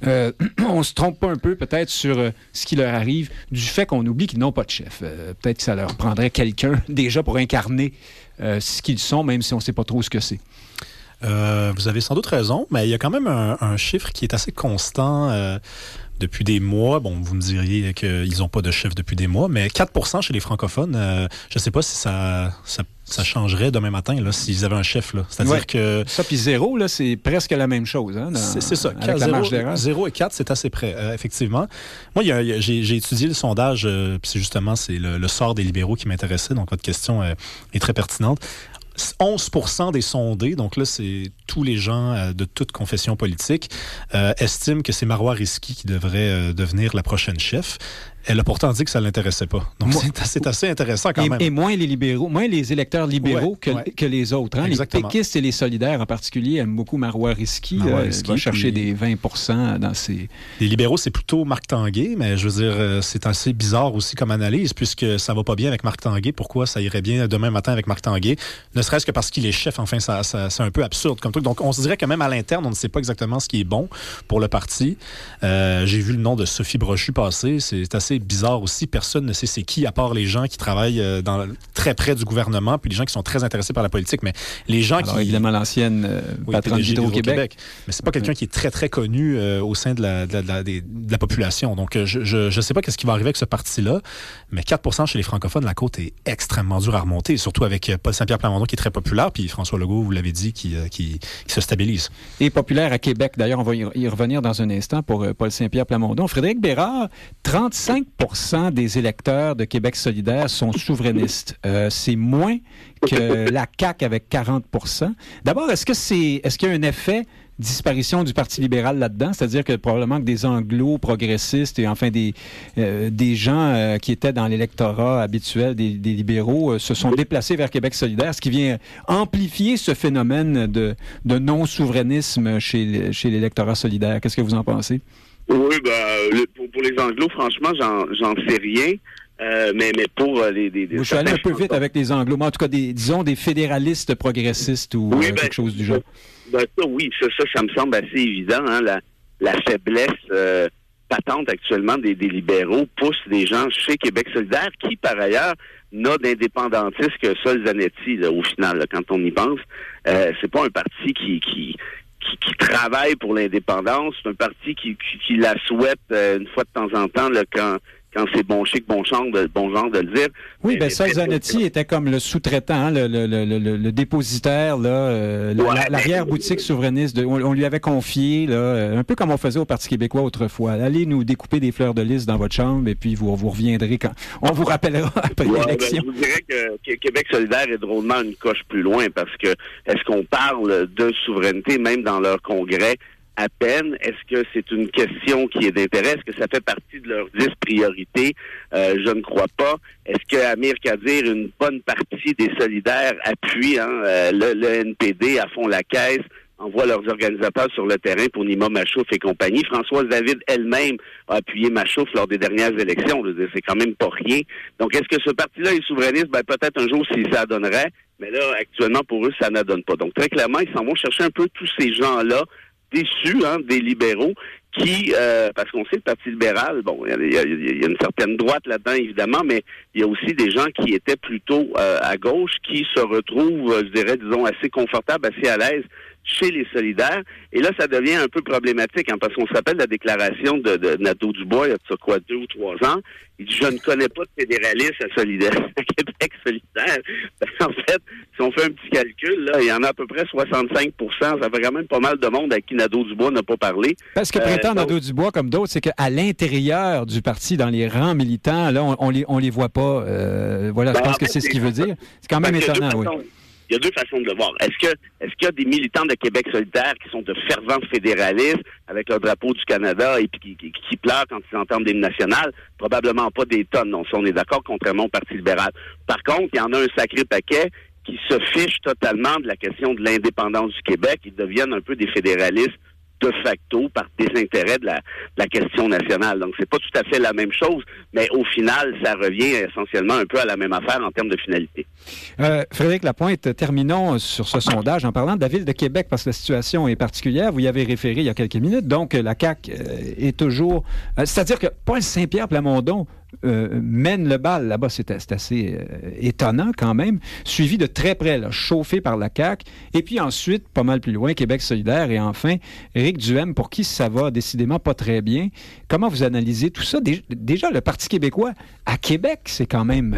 on se trompe pas un peu peut-être sur ce qui leur arrive du fait qu'on oublie qu'ils n'ont pas de chef? Peut-être que ça leur prendrait quelqu'un déjà pour incarner ce qu'ils sont, même si on ne sait pas trop ce que c'est. Vous avez sans doute raison, mais il y a quand même un chiffre qui est assez constant depuis des mois. Bon, vous me diriez qu'ils n'ont pas de chef depuis des mois, mais 4% chez les francophones, je ne sais pas si ça changerait demain matin là, s'ils avaient un chef. Là. C'est-à-dire que... Ça, puis 0, là, c'est presque la même chose. Hein, c'est ça. Avec la marge d'erreur. 0 et 4, c'est assez près, effectivement. Moi, j'ai étudié le sondage, puis c'est le sort des libéraux qui m'intéressait, donc votre question est très pertinente. 11% des sondés, donc là, c'est tous les gens de toute confession politique, estiment que c'est Marois Risky qui devrait devenir la prochaine chef. Elle a pourtant dit que ça ne l'intéressait pas. Donc, c'est assez intéressant quand même. Et moins les libéraux, moins les électeurs libéraux que les autres. Hein? Les péquistes et les solidaires en particulier aiment beaucoup Marois Risky. Il va chercher des 20% dans ses... Les libéraux, c'est plutôt Marc Tanguay, mais je veux dire, c'est assez bizarre aussi comme analyse, puisque ça va pas bien avec Marc Tanguay. Pourquoi ça irait bien demain matin avec Marc Tanguay? Ne serait-ce que parce qu'il est chef. Enfin, c'est un peu absurde comme truc. Donc, on se dirait que même à l'interne, on ne sait pas exactement ce qui est bon pour le parti. J'ai vu le nom de Sophie Brochu passer. C'est assez bizarre aussi. Personne ne sait c'est qui, à part les gens qui travaillent très près du gouvernement, puis les gens qui sont très intéressés par la politique. Mais les gens évidemment, l'ancienne patronne d'Hydro-Québec. Mais c'est pas quelqu'un qui est très, très connu au sein de la population. Donc, je sais pas qu'est-ce qui va arriver avec ce parti-là, mais 4% chez les francophones, la côte est extrêmement dure à remonter, surtout avec Paul Saint-Pierre Plamondon qui est très populaire, puis François Legault, vous l'avez dit, qui se stabilise. Et populaire à Québec. D'ailleurs, on va y revenir dans un instant pour Paul Saint-Pierre Plamondon. Frédéric Bérard, 35% des électeurs de Québec solidaire sont souverainistes. C'est moins que la CAQ avec 40%. D'abord, est-ce qu'il y a un effet disparition du Parti libéral là-dedans? C'est-à-dire que probablement que des anglo-progressistes et enfin des gens qui étaient dans l'électorat habituel des libéraux se sont déplacés vers Québec solidaire, ce qui vient amplifier ce phénomène de non-souverainisme chez l'électorat solidaire. Qu'est-ce que vous en pensez? Oui, pour les anglos, franchement, j'en sais rien. Mais pour je suis allé un peu vite avec les anglos, mais en tout cas, disons des fédéralistes progressistes ou quelque chose du genre. Ça me semble assez évident. Hein, la faiblesse patente actuellement des libéraux pousse des gens chez Québec solidaire, qui, par ailleurs, n'a d'indépendantiste que Sol Zanetti, là, au final, là, quand on y pense. C'est pas un parti qui travaille pour l'indépendance, c'est un parti qui la souhaite une fois de temps en temps, là, quand c'est bon chic, bon genre de le dire. Oui, Sol Zanetti était comme le sous-traitant, hein, le dépositaire, là, l'arrière-boutique souverainiste. On lui avait confié, là, un peu comme on faisait au Parti québécois autrefois. Allez nous découper des fleurs de lys dans votre chambre et puis vous reviendrez quand on vous rappellera après l'élection. Je vous dirais que Québec solidaire est drôlement une coche plus loin, parce que est-ce qu'on parle de souveraineté même dans leur congrès? À peine. Est-ce que c'est une question qui est d'intérêt? Est-ce que ça fait partie de leurs 10 priorités? Je ne crois pas. Est-ce que Amir Kadir, une bonne partie des solidaires appuient le NPD à fond la caisse, envoient leurs organisateurs sur le terrain pour Nima Machouf et compagnie? Françoise David elle-même a appuyé Machouf lors des dernières élections. C'est quand même pas rien. Donc, est-ce que ce parti-là est souverainiste? Peut-être un jour si ça donnerait, mais là, actuellement, pour eux, ça n'adonne pas. Donc, très clairement, ils s'en vont chercher un peu tous ces gens-là déçus, des libéraux, qui, parce qu'on sait le Parti libéral, il y a une certaine droite là-dedans, évidemment, mais il y a aussi des gens qui étaient plutôt à gauche, qui se retrouvent, je dirais, disons, assez confortables, assez à l'aise chez les solidaires. Et là, ça devient un peu problématique, parce qu'on se rappelle la déclaration de Nadeau-Dubois, il y a 2 ou 3 ans. Il dit « Je ne connais pas de fédéralistes à Québec solidaire. » En fait, si on fait un petit calcul, là, il y en a à peu près 65%. Ça fait quand même pas mal de monde à qui Nadeau-Dubois n'a pas parlé. Parce que prétend Nadeau-Dubois, comme d'autres, c'est qu'à l'intérieur du parti, dans les rangs militants, là, on les voit pas. Je pense que c'est ce qu'il veut dire. C'est quand même étonnant, oui. Il y a 2 façons de le voir. Est-ce qu'il y a des militants de Québec solidaire qui sont de fervents fédéralistes avec le drapeau du Canada et puis qui pleurent quand ils entendent l'hymne national? Probablement pas des tonnes, non. Ça, on est d'accord, contrairement au Parti libéral. Par contre, il y en a un sacré paquet qui se fichent totalement de la question de l'indépendance du Québec. Ils deviennent un peu des fédéralistes de facto par désintérêt de la question nationale. Donc, c'est pas tout à fait la même chose, mais au final, ça revient essentiellement un peu à la même affaire en termes de finalité. Frédéric Lapointe, terminons sur ce sondage en parlant de la Ville de Québec, parce que la situation est particulière. Vous y avez référé il y a quelques minutes. Donc, la CAQ est toujours... c'est-à-dire que Paul Saint-Pierre Plamondon mène le bal. Là-bas, c'est assez étonnant quand même. Suivi de très près, là, chauffé par la CAQ. Et puis ensuite, pas mal plus loin, Québec solidaire. Et enfin, Éric Duhaime, pour qui ça va décidément pas très bien. Comment vous analysez tout ça? Déjà, le Parti québécois à Québec, c'est quand même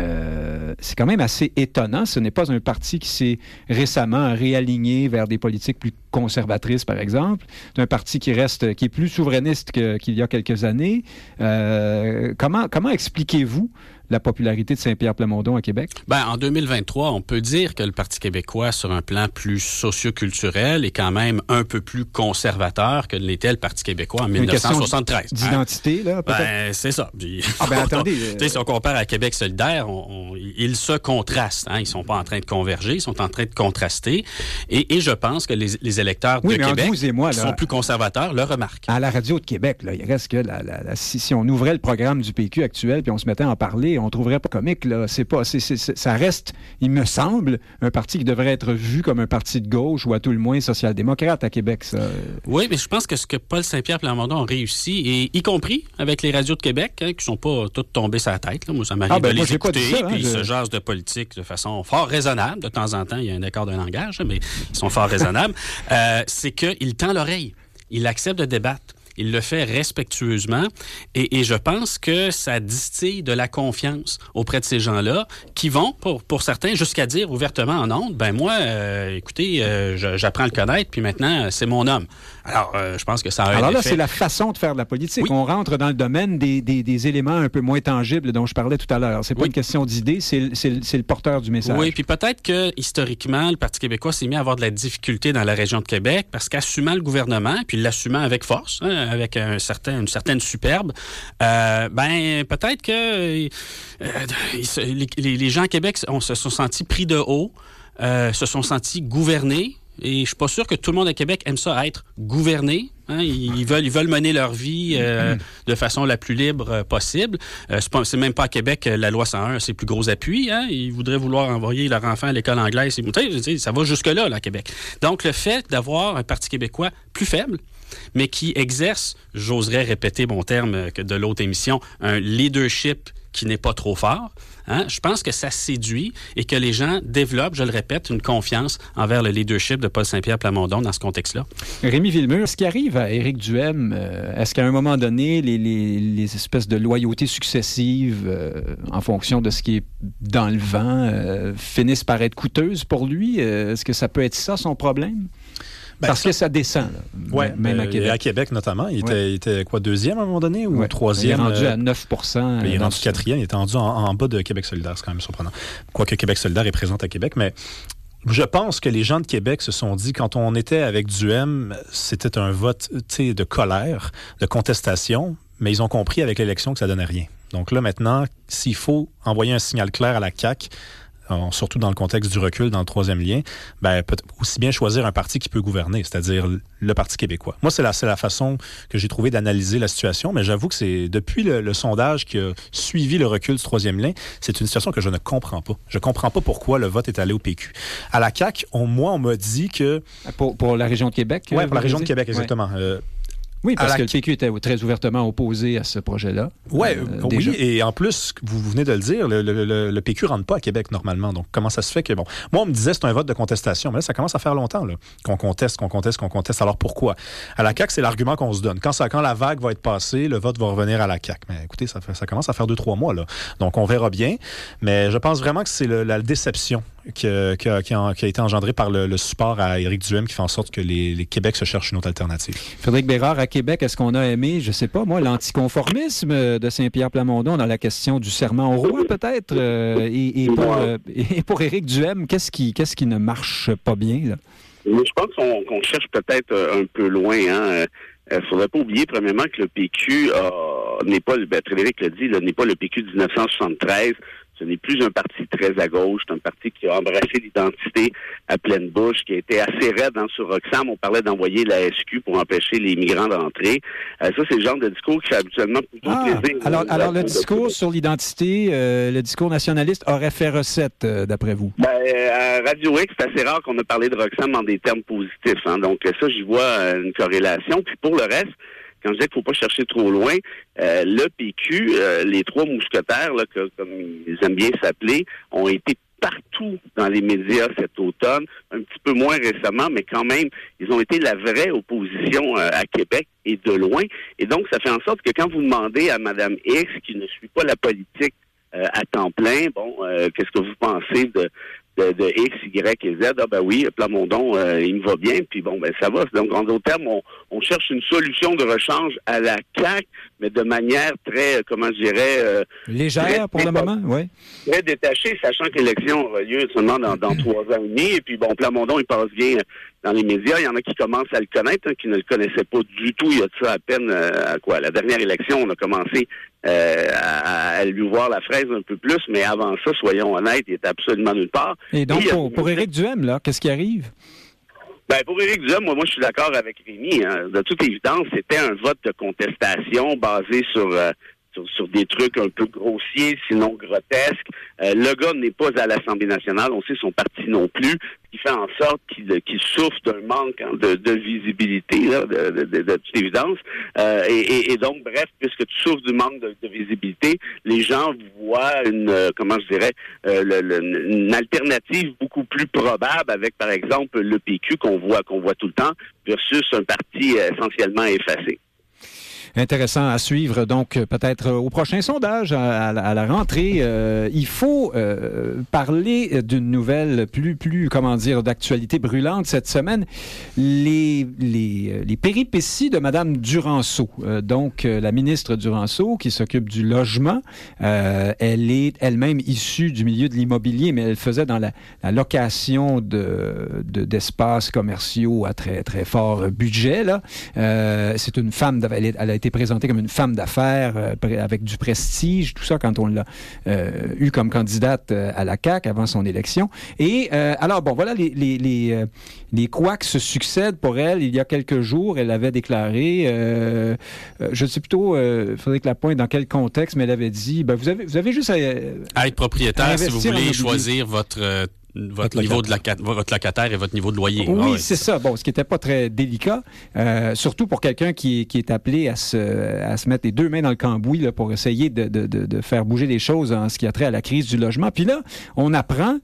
assez étonnant. Ce n'est pas un parti qui s'est récemment réaligné vers des politiques plus conservatrices, par exemple. C'est un parti qui est plus souverainiste qu'il y a quelques années. Comment expliquez-vous la popularité de Saint-Pierre-Plamondon à Québec? En 2023, on peut dire que le Parti québécois, sur un plan plus socio-culturel, est quand même un peu plus conservateur que l'était le Parti québécois en 1973. D'identité, là, peut-être? C'est ça. Attendez. Si on compare à Québec solidaire, ils se contrastent. Ils ne sont pas en train de converger, ils sont en train de contraster. Et je pense que les électeurs de Québec vous et moi, là, qui sont plus conservateurs le remarrent. À la radio de Québec, là, il reste que si on ouvrait le programme du PQ actuel puis on se mettait à en parler, on trouverait pas comique, là. Ça reste, il me semble, un parti qui devrait être vu comme un parti de gauche ou à tout le moins social-démocrate à Québec, ça. Oui, mais je pense que ce que Paul Saint-Pierre-Plamondon a réussi, et y compris avec les radios de Québec, qui sont pas toutes tombées sur la tête, là. Moi, ça m'arrive de les écouter, puis ils se jasent de politique de façon fort raisonnable. De temps en temps, il y a un écart de langage, mais ils sont fort raisonnables. C'est qu'il tend l'oreille. Il accepte de débattre. Il le fait respectueusement et je pense que ça distille de la confiance auprès de ces gens-là qui vont, pour certains, jusqu'à dire ouvertement en ondes, écoutez, j'apprends à le connaître, puis maintenant, c'est mon homme. Alors, je pense que ça a un effet. Alors là, c'est la façon de faire de la politique. Oui. On rentre dans le domaine des éléments un peu moins tangibles dont je parlais tout à l'heure. C'est pas une question d'idée, c'est le porteur du message. Oui, puis peut-être que, historiquement, le Parti québécois s'est mis à avoir de la difficulté dans la région de Québec parce qu'assumant le gouvernement, puis l'assumant avec force, avec une certaine superbe, peut-être que les gens à Québec se sont sentis pris de haut, se sont sentis gouvernés. Et je suis pas sûr que tout le monde à Québec aime ça, être gouverné. Ils veulent mener leur vie de façon la plus libre possible. C'est même pas à Québec la loi 101 c'est plus gros appui. Ils voudraient envoyer leur enfant à l'école anglaise. Ça va jusque-là, à Québec. Donc, le fait d'avoir un Parti québécois plus faible, mais qui exerce, j'oserais répéter mon terme que de l'autre émission, un leadership qui n'est pas trop fort, je pense que ça séduit et que les gens développent, je le répète, une confiance envers le leadership de Paul Saint-Pierre-Plamondon dans ce contexte-là. Rémi Villemur, ce qui arrive à Éric Duhaime, est-ce qu'à un moment donné, les espèces de loyautés successives en fonction de ce qui est dans le vent finissent par être coûteuses pour lui? Est-ce que ça peut être ça son problème? Parce que ça descend, là, même à Québec. À Québec, notamment. Il était quoi, deuxième à un moment donné ou troisième? Il est rendu à 9 %. Il est rendu quatrième. Il est rendu en bas de Québec solidaire. C'est quand même surprenant. Quoique Québec solidaire est présent à Québec. Mais je pense que les gens de Québec se sont dit, quand on était avec Duhaime, c'était un vote de colère, de contestation, mais ils ont compris avec l'élection que ça donnait rien. Donc là, maintenant, s'il faut envoyer un signal clair à la CAQ, surtout dans le contexte du recul dans le troisième lien, peut aussi bien choisir un parti qui peut gouverner, c'est-à-dire le Parti québécois. Moi, c'est la façon que j'ai trouvé d'analyser la situation, mais j'avoue que c'est depuis le sondage qui a suivi le recul du troisième lien, c'est une situation que je ne comprends pas. Je ne comprends pas pourquoi le vote est allé au PQ. À la CAQ, on m'a dit que... Pour la région de Québec? Oui, pour la région de Québec, exactement. Oui, parce que le PQ était très ouvertement opposé à ce projet-là. Oui, et en plus, vous venez de le dire, le PQ ne rentre pas à Québec normalement. Donc, comment ça se fait que... Bon, moi, on me disait c'est un vote de contestation, mais là, ça commence à faire longtemps là, qu'on conteste. Alors, pourquoi? À la CAQ, c'est l'argument qu'on se donne. Quand la vague va être passée, le vote va revenir à la CAQ. Mais écoutez, ça commence à faire 2-3 mois, là. Donc, on verra bien. Mais je pense vraiment que c'est la déception qui a été engendrée par le support à Éric Duhaime qui fait en sorte que les Québec se cherchent une autre alternative. Frédéric Bérard, à Québec, est-ce qu'on a aimé, je sais pas moi, l'anticonformisme de Saint-Pierre-Plamondon dans la question du serment au roi, peut-être? Et pour Éric Duhaime, qu'est-ce qui ne marche pas bien, là? Je pense qu'on cherche peut-être un peu loin. Il ne faudrait pas oublier, premièrement, que le PQ n'est pas, Frédéric l'a dit, n'est pas le PQ de 1973. Ce n'est plus un parti très à gauche, c'est un parti qui a embrassé l'identité à pleine bouche, qui a été assez raide sur Roxham. On parlait d'envoyer la SQ pour empêcher les migrants d'entrer. Ça, c'est le genre de discours qui fait habituellement plutôt plaisir. Alors le discours sur l'identité, le discours nationaliste aurait fait recette, d'après vous? À Radio X, c'est assez rare qu'on a parlé de Roxham en des termes positifs. Donc ça, j'y vois une corrélation. Puis pour le reste, quand je disais qu'il ne faut pas chercher trop loin, le PQ, les trois mousquetaires, là, comme ils aiment bien s'appeler, ont été partout dans les médias cet automne, un petit peu moins récemment, mais quand même, ils ont été la vraie opposition à Québec et de loin. Et donc, ça fait en sorte que quand vous demandez à Mme X, qui ne suit pas la politique à temps plein, qu'est-ce que vous pensez de X, Y et Z? Ah ben oui, Plamondon, il me va bien, puis ça va. Donc, en d'autres termes, on cherche une solution de rechange à la CAQ, mais de manière très, légère pour le moment, oui. Très détachée, sachant que l'élection aura lieu seulement dans 3 ans et demi. Et puis, Plamondon, il passe bien dans les médias. Il y en a qui commencent à le connaître, qui ne le connaissaient pas du tout. Il y a de ça à peine, la dernière élection, on a commencé à lui voir la fraise un peu plus, mais avant ça, soyons honnêtes, il était absolument nulle part. Et donc, pour Éric Duhaime, là, qu'est-ce qui arrive? Pour Éric Duhaime, moi, je suis d'accord avec Rémi. Hein. De toute évidence, c'était un vote de contestation basé sur des trucs un peu grossiers, sinon grotesques. Le gars n'est pas à l'Assemblée nationale, on sait son parti non plus, ce qui fait en sorte qu'il souffre d'un manque de visibilité, là, de toute évidence. Et donc, bref, puisque tu souffres du manque de visibilité, les gens voient une alternative beaucoup plus probable avec, par exemple, le PQ qu'on voit tout le temps, versus un parti essentiellement effacé. Intéressant à suivre, donc peut-être au prochain sondage, à la rentrée. Il faut parler d'une nouvelle plus d'actualité brûlante cette semaine. Les péripéties de Mme Duranceau. Donc, la ministre Duranceau qui s'occupe du logement. Elle est elle-même issue du milieu de l'immobilier, mais elle faisait dans la location d'espaces commerciaux à très, très fort budget, là. C'est une femme, elle a été présentée comme une femme d'affaires avec du prestige, tout ça, quand on l'a eu comme candidate à la CAQ avant son élection. Et voilà, les couacs se succèdent pour elle. Il y a quelques jours, elle avait déclaré, je ne sais plutôt, Frédéric Lapointe, dans quel contexte, mais elle avait dit, vous avez juste à être propriétaire si vous voulez choisir votre niveau de votre locataire et votre niveau de loyer. Oui, c'est ça. Bon, ce qui n'était pas très délicat, surtout pour quelqu'un qui est appelé à se mettre les deux mains dans le cambouis là, pour essayer de faire bouger les choses en ce qui a trait à la crise du logement. Puis là, on apprend,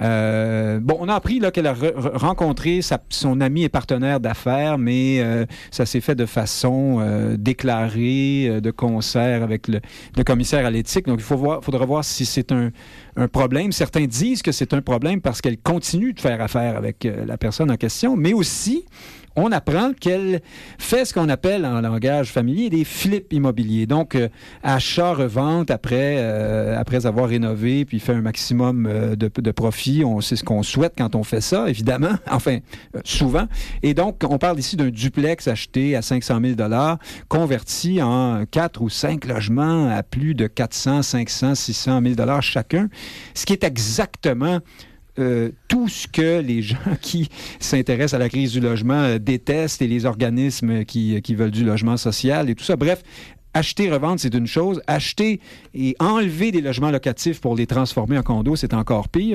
on a appris là, qu'elle a rencontré son ami et partenaire d'affaires, mais ça s'est fait de façon déclarée, de concert avec le commissaire à l'éthique. Donc, il faudra voir si c'est un problème. Certains disent que c'est un problème parce qu'elle continue de faire affaire avec la personne en question, mais aussi, on apprend qu'elle fait ce qu'on appelle en langage familier des flips immobiliers. Donc, achat-revente après avoir rénové puis fait un maximum de profit. C'est ce qu'on souhaite quand on fait ça, évidemment. Enfin, souvent. Et donc, on parle ici d'un duplex acheté à 500 000 $ converti en 4 ou 5 logements à plus de 400, 500, 600 000 $ chacun. Ce qui est exactement tout ce que les gens qui s'intéressent à la crise du logement détestent et les organismes qui veulent du logement social et tout ça. Bref, acheter, revendre, c'est une chose. Acheter et enlever des logements locatifs pour les transformer en condos, c'est encore pire.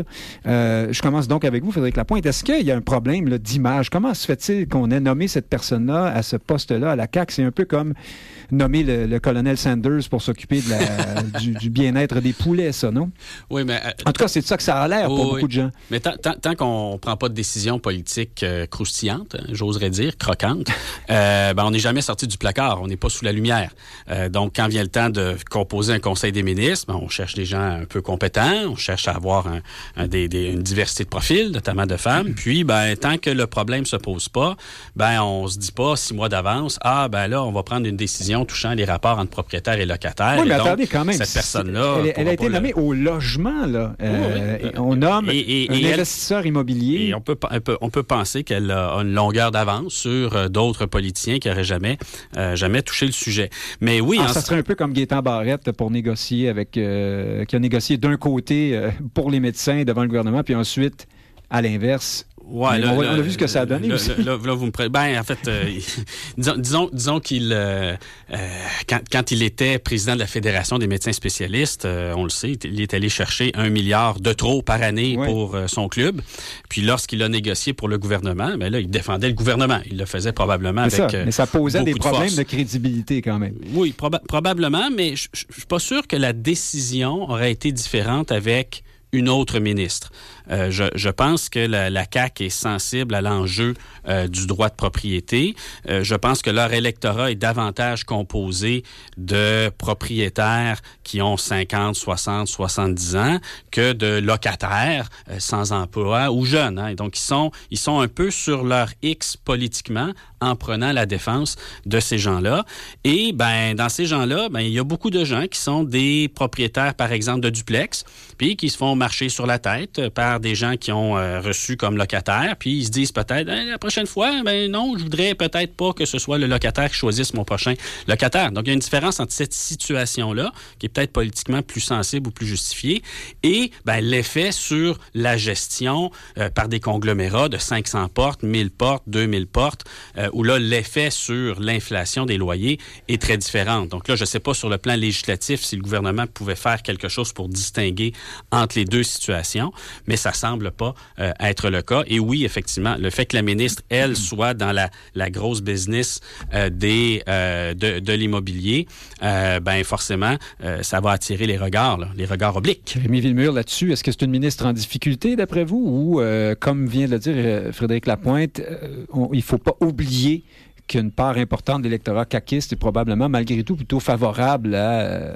Je commence donc avec vous, Frédéric Lapointe. Est-ce qu'il y a un problème là, d'image? Comment se fait-il qu'on ait nommé cette personne-là à ce poste-là à la CAQ? C'est un peu comme nommer le colonel Sanders pour s'occuper du bien-être des poulets, ça, non? Oui, mais... en tout cas, c'est de ça que ça a l'air pour beaucoup de gens. Mais tant qu'on ne prend pas de décision politique croustillante, j'oserais dire, croquante, on n'est jamais sorti du placard, on n'est pas sous la lumière. Donc, quand vient le temps de composer un conseil des ministres, on cherche des gens un peu compétents, on cherche à avoir une diversité de profils, notamment de femmes. Puis, tant que le problème ne se pose pas, on ne se dit pas 6 mois d'avance, là, on va prendre une décision touchant les rapports entre propriétaires et locataires. Oui, mais donc, attendez, quand même. Cette personne-là... Elle a été nommée au logement, là. On nomme un investisseur immobilier. Et on peut penser qu'elle a une longueur d'avance sur d'autres politiciens qui n'auraient jamais touché le sujet. Mais oui... ça serait un peu comme Gaétan Barrette pour négocier qui a négocié d'un côté pour les médecins devant le gouvernement, puis ensuite, à l'inverse... Ouais, on a vu ce que ça a donné aussi. Là, vous me ben, en fait, disons qu'il, quand il était président de la Fédération des médecins spécialistes, on le sait, il est allé chercher 1 milliard de trop par année pour son club. Puis lorsqu'il a négocié pour le gouvernement, ben là, il défendait le gouvernement. Il le faisait probablement avec mais ça posait des problèmes de de crédibilité quand même. Oui, probablement, mais je suis pas sûr que la décision aurait été différente avec une autre ministre. Je pense que la CAQ est sensible à l'enjeu du droit de propriété. Je pense que leur électorat est davantage composé de propriétaires qui ont 50, 60, 70 ans que de locataires sans emploi ou jeunes. Hein. Donc, ils sont un peu sur leur X politiquement en prenant la défense de ces gens-là. Et ben, dans ces gens-là, ben, il y a beaucoup de gens qui sont des propriétaires, par exemple, de duplex, puis qui se font marcher sur la tête par des gens qui ont reçu comme locataire, puis ils se disent peut-être, la prochaine fois, ben non, je voudrais peut-être pas que ce soit le locataire qui choisisse mon prochain locataire. Donc, il y a une différence entre cette situation-là, qui est peut-être politiquement plus sensible ou plus justifiée, et ben, l'effet sur la gestion par des conglomérats de 500 portes, 1000 portes, 2000 portes, où là, l'effet sur l'inflation des loyers est très différent. Donc là, je ne sais pas sur le plan législatif si le gouvernement pouvait faire quelque chose pour distinguer entre les deux situations, mais ça semble pas être le cas. Et oui, effectivement, le fait que la ministre, elle, soit dans la grosse business de l'immobilier, ben forcément, ça va attirer les regards obliques. Rémi Villemur, là-dessus, est-ce que c'est une ministre en difficulté, d'après vous, ou, comme vient de le dire Frédéric Lapointe, il ne faut pas oublier qu'une part importante de l'électorat caquiste est probablement, malgré tout, plutôt favorable à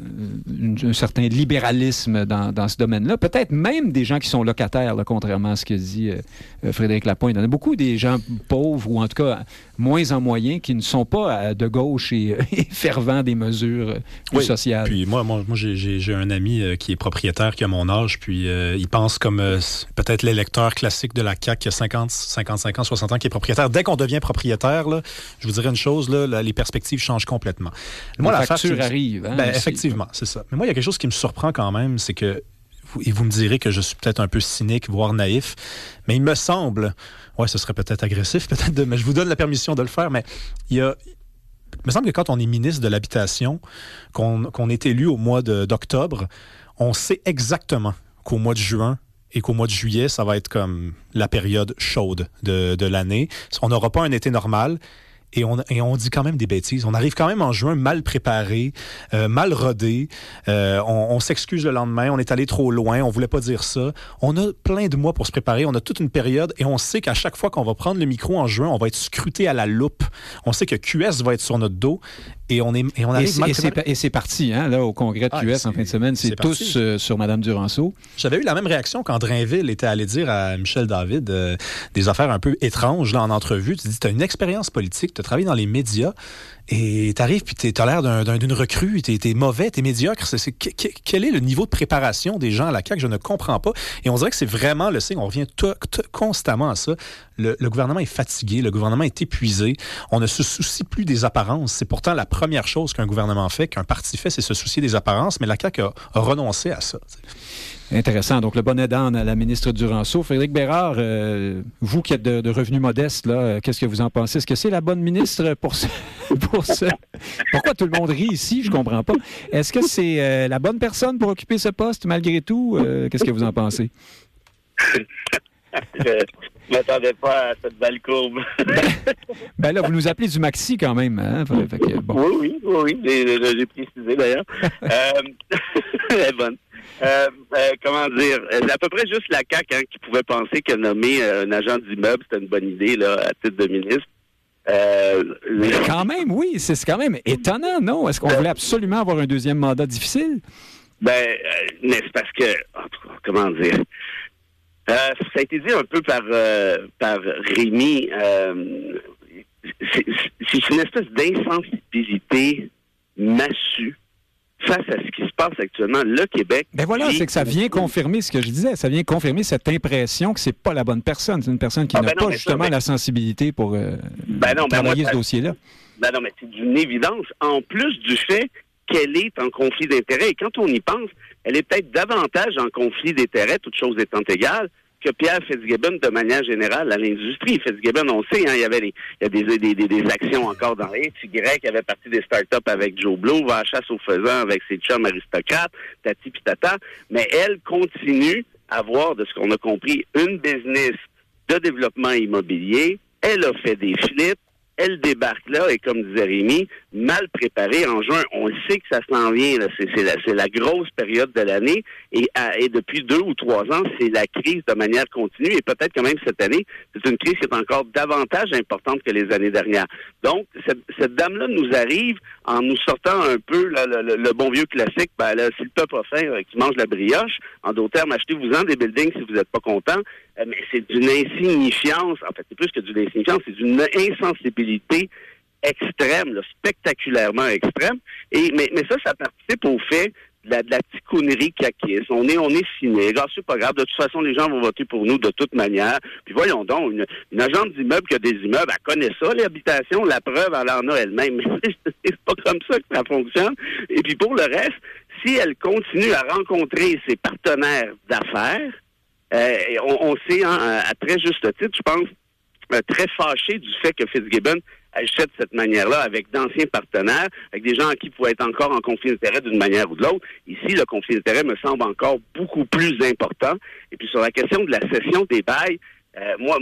un certain libéralisme dans ce domaine-là. Peut-être même des gens qui sont locataires, là, contrairement à ce que dit Frédéric Lapointe. Il y en a beaucoup des gens pauvres, ou en tout cas moins en moyens, qui ne sont pas de gauche et fervents des mesures plus sociales. Puis moi j'ai un ami qui est propriétaire, qui a mon âge, puis il pense comme peut-être l'électeur classique de la CAQ qui a 50, 55 ans, 60 ans, qui est propriétaire. Dès qu'on devient propriétaire, là, je vous dirais une chose, là, les perspectives changent complètement. Moi, la facture arrive. Hein, ben, effectivement, c'est ça. Mais moi, il y a quelque chose qui me surprend quand même, c'est que, et vous me direz que je suis peut-être un peu cynique, voire naïf, mais il me semble, ce serait peut-être agressif, mais je vous donne la permission de le faire, mais il me semble que quand on est ministre de l'Habitation, qu'on est élu au mois d'octobre, on sait exactement qu'au mois de juin et qu'au mois de juillet, ça va être comme la période chaude de l'année. On n'aura pas un été normal. Et on dit quand même des bêtises. On arrive quand même en juin mal préparé, mal rodé. On s'excuse le lendemain. On est allé trop loin. On voulait pas dire ça. On a plein de mois pour se préparer. On a toute une période et on sait qu'à chaque fois qu'on va prendre le micro en juin, on va être scruté à la loupe. On sait que QS va être sur notre dos et on arrive mal préparé. Et c'est parti, hein, là, au congrès de QS en fin de semaine. C'est tous sur Mme Duranceau. J'avais eu la même réaction quand Drainville était allé dire à Michel David des affaires un peu étranges là, en entrevue. Tu dis, tu as une expérience politique, tu as travaillé dans les médias et tu arrives puis tu as l'air d'une recrue, tu es mauvais, tu es médiocre. Quel est le niveau de préparation des gens à la CAQ? Je ne comprends pas. Et on dirait que c'est vraiment le signe. On revient constamment à ça. Le gouvernement est fatigué, le gouvernement est épuisé. On ne se soucie plus des apparences. C'est pourtant la première chose qu'un gouvernement fait, qu'un parti fait, c'est se soucier des apparences. Mais la CAQ a renoncé à ça. Intéressant. Donc, le bonnet d'âne à la ministre Duranceau. Frédéric Bérard, vous qui êtes de revenus modestes, là, qu'est-ce que vous en pensez? Est-ce que c'est la bonne ministre pour ça? Pourquoi tout le monde rit ici? Je comprends pas. Est-ce que c'est la bonne personne pour occuper ce poste, malgré tout? Qu'est-ce que vous en pensez? Je ne m'attendais pas à cette belle courbe. ben là, vous nous appelez du maxi quand même. Hein? Fait que, bon. Oui. J'ai précisé d'ailleurs. Elle est bonne. Comment dire? C'est à peu près juste la CAQ qui pouvait penser que nommer un agent d'immeuble, c'était une bonne idée là, à titre de ministre. Mais quand même, oui. C'est quand même étonnant, non? Est-ce qu'on voulait absolument avoir un deuxième mandat difficile? Mais c'est parce que, comment dire? Ça a été dit un peu par Rémi. C'est une espèce d'insensibilité massue face à ce qui se passe actuellement. Le Québec... Ben voilà, c'est que ça vient confirmer ce que je disais. Ça vient confirmer cette impression que c'est pas la bonne personne. C'est une personne qui n'a pas justement la sensibilité pour travailler ce dossier-là. Ben non, mais c'est d'une évidence. En plus du fait qu'elle est en conflit d'intérêts. Et quand on y pense, elle est peut-être davantage en conflit d'intérêts, toutes choses étant égales, que Pierre Fitzgibbon de manière générale à l'industrie. Fitzgibbon, on sait, il y a des actions encore dans les Y, il avait parti des startups avec Joe Blow, va à chasse aux faisans avec ses chums aristocrates, tati pitata, mais elle continue à avoir, de ce qu'on a compris, une business de développement immobilier. Elle a fait des flips. Elle débarque là et, comme disait Rémi, mal préparée en juin. On le sait que ça s'en vient. Là. C'est la grosse période de l'année. Et depuis 2 ou 3 ans, c'est la crise de manière continue. Et peut-être que même cette année, c'est une crise qui est encore davantage importante que les années dernières. Donc, cette dame-là nous arrive en nous sortant un peu là, le bon vieux classique. Ben, là, c'est le peuple a faim qui mange la brioche. En d'autres termes, achetez-vous-en des buildings si vous n'êtes pas content. Mais c'est d'une insignifiance. En fait, c'est plus que d'une insignifiance, c'est d'une insensibilité extrême, là, spectaculairement extrême. Mais ça participe au fait de la ticounerie caquiste. On est cynique. C'est pas grave. De toute façon, les gens vont voter pour nous de toute manière. Puis voyons donc, une agente d'immeuble qui a des immeubles, elle connaît ça, l'habitation. La preuve, elle en a elle-même. Mais c'est pas comme ça que ça fonctionne. Et puis pour le reste, si elle continue à rencontrer ses partenaires d'affaires, on sait, à très juste titre, je pense, très fâché du fait que Fitzgibbon achète de cette manière-là avec d'anciens partenaires, avec des gens à qui pourraient être encore en conflit d'intérêt d'une manière ou de l'autre. Ici, le conflit d'intérêt me semble encore beaucoup plus important. Et puis sur la question de la cession des bails, moi,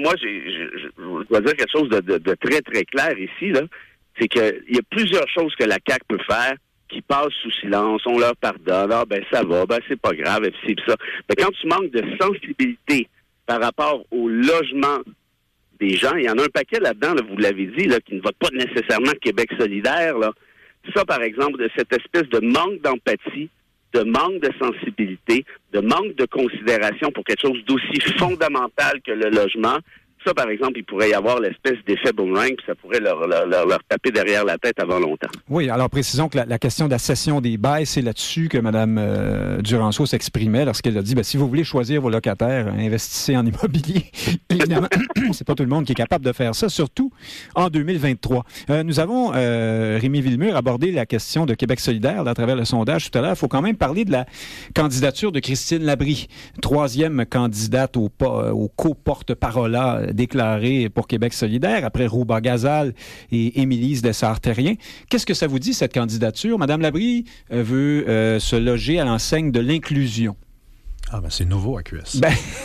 je dois dire quelque chose de très, très clair ici, là. C'est qu'il y a plusieurs choses que la CAQ peut faire qui passent sous silence, on leur pardonne, ça va, c'est pas grave, et puis ça. Mais quand tu manques de sensibilité par rapport au logement des gens, il y en a un paquet là-dedans, là, vous l'avez dit, là, qui ne vote pas nécessairement Québec solidaire, là. Ça, par exemple, de cette espèce de manque d'empathie, de manque de sensibilité, de manque de considération pour quelque chose d'aussi fondamental que le logement. Ça, par exemple, il pourrait y avoir l'espèce d'effet boomerang, puis ça pourrait leur taper derrière la tête avant longtemps. Oui, alors précisons que la question de la cession des bails, c'est là-dessus que Mme Duranceau s'exprimait lorsqu'elle a dit, si vous voulez choisir vos locataires, investissez en immobilier. Évidemment, c'est pas tout le monde qui est capable de faire ça, surtout en 2023. Nous avons, Rémi Villemur, abordé la question de Québec solidaire là, à travers le sondage tout à l'heure. Il faut quand même parler de la candidature de Christine Labrie, 3e candidate au co-porte-parole déclarée pour Québec solidaire, après Rouba Gazal et Émilise Dessart-Terrien. Qu'est-ce que ça vous dit, cette candidature? Mme Labrie veut se loger à l'enseigne de l'inclusion. C'est nouveau à QS.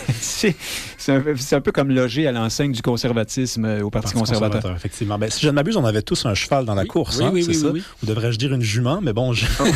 C'est un peu comme loger à l'enseigne du conservatisme au Parti conservateur. Effectivement. Si je ne m'abuse, on avait tous un cheval dans la course, oui, c'est ça? Oui. Ou devrais-je dire une jument, mais bon...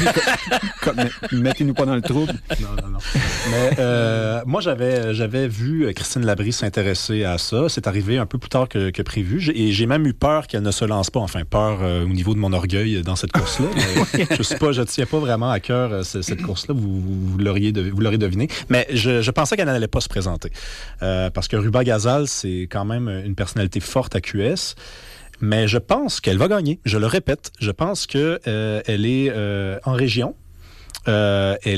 Mettez-nous pas dans le trouble. Non. Mais moi, j'avais vu Christine Labrie s'intéresser à ça. C'est arrivé un peu plus tard que prévu. Et j'ai même eu peur qu'elle ne se lance pas. Enfin, peur au niveau de mon orgueil dans cette course-là. Je ne tiens pas vraiment à cœur cette course-là. Vous l'auriez deviné. Mais je pensais qu'elle n'allait pas se présenter. Parce que Rouba Gazal, c'est quand même une personnalité forte à QS. Mais je pense qu'elle va gagner. Je le répète. Je pense qu'elle est en région. Elle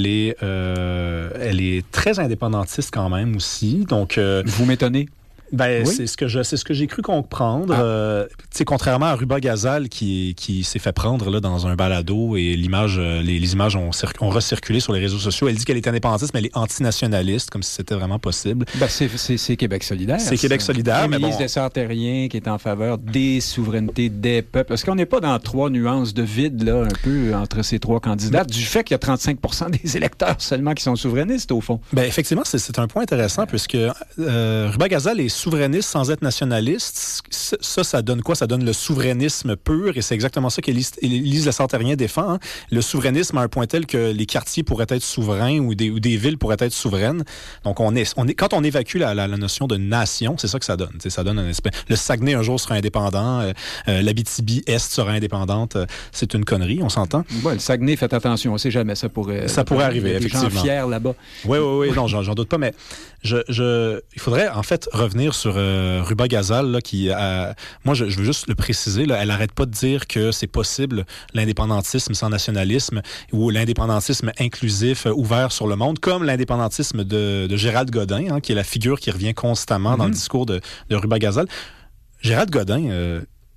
est très indépendantiste quand même aussi. Donc, vous m'étonnez? Oui. C'est ce que j'ai cru comprendre. Contrairement à Rouba Gazal qui s'est fait prendre là, dans un balado et les images ont recirculé sur les réseaux sociaux. Elle dit qu'elle est indépendantiste, mais elle est antinationaliste, comme si c'était vraiment possible. C'est Québec solidaire. C'est Québec solidaire. Émilise Dessart-Terrien qui est en faveur des souverainetés des peuples. Est-ce qu'on n'est pas dans 3 nuances de vide là, un peu entre ces 3 candidats, du fait qu'il y a 35% des électeurs seulement qui sont souverainistes, au fond? Effectivement, c'est un point intéressant, puisque Rouba Gazal est souverainiste sans être nationaliste. Ça donne quoi? Ça donne le souverainisme pur, et c'est exactement ça qu'Émilise Dessart-Terrien défend. Hein. Le souverainisme à un point tel que les quartiers pourraient être souverains ou des villes pourraient être souveraines. Donc, quand on évacue la notion de nation, c'est ça que ça donne. Ça donne un espèce... Le Saguenay, un jour, sera indépendant. L'Abitibi-Est sera indépendante. C'est une connerie, on s'entend? Ouais, le Saguenay, faites attention, on ne sait jamais. Ça pourrait arriver, effectivement. Des gens fiers là-bas. Oui, non, j'en doute pas, mais il faudrait, en fait, revenir sur Rouba Gazal, là, qui moi, je veux juste le préciser, là, elle n'arrête pas de dire que c'est possible l'indépendantisme sans nationalisme ou l'indépendantisme inclusif, ouvert sur le monde, comme l'indépendantisme de Gérald Godin, hein, qui est la figure qui revient constamment dans le discours de Rouba Gazal. Gérald Godin,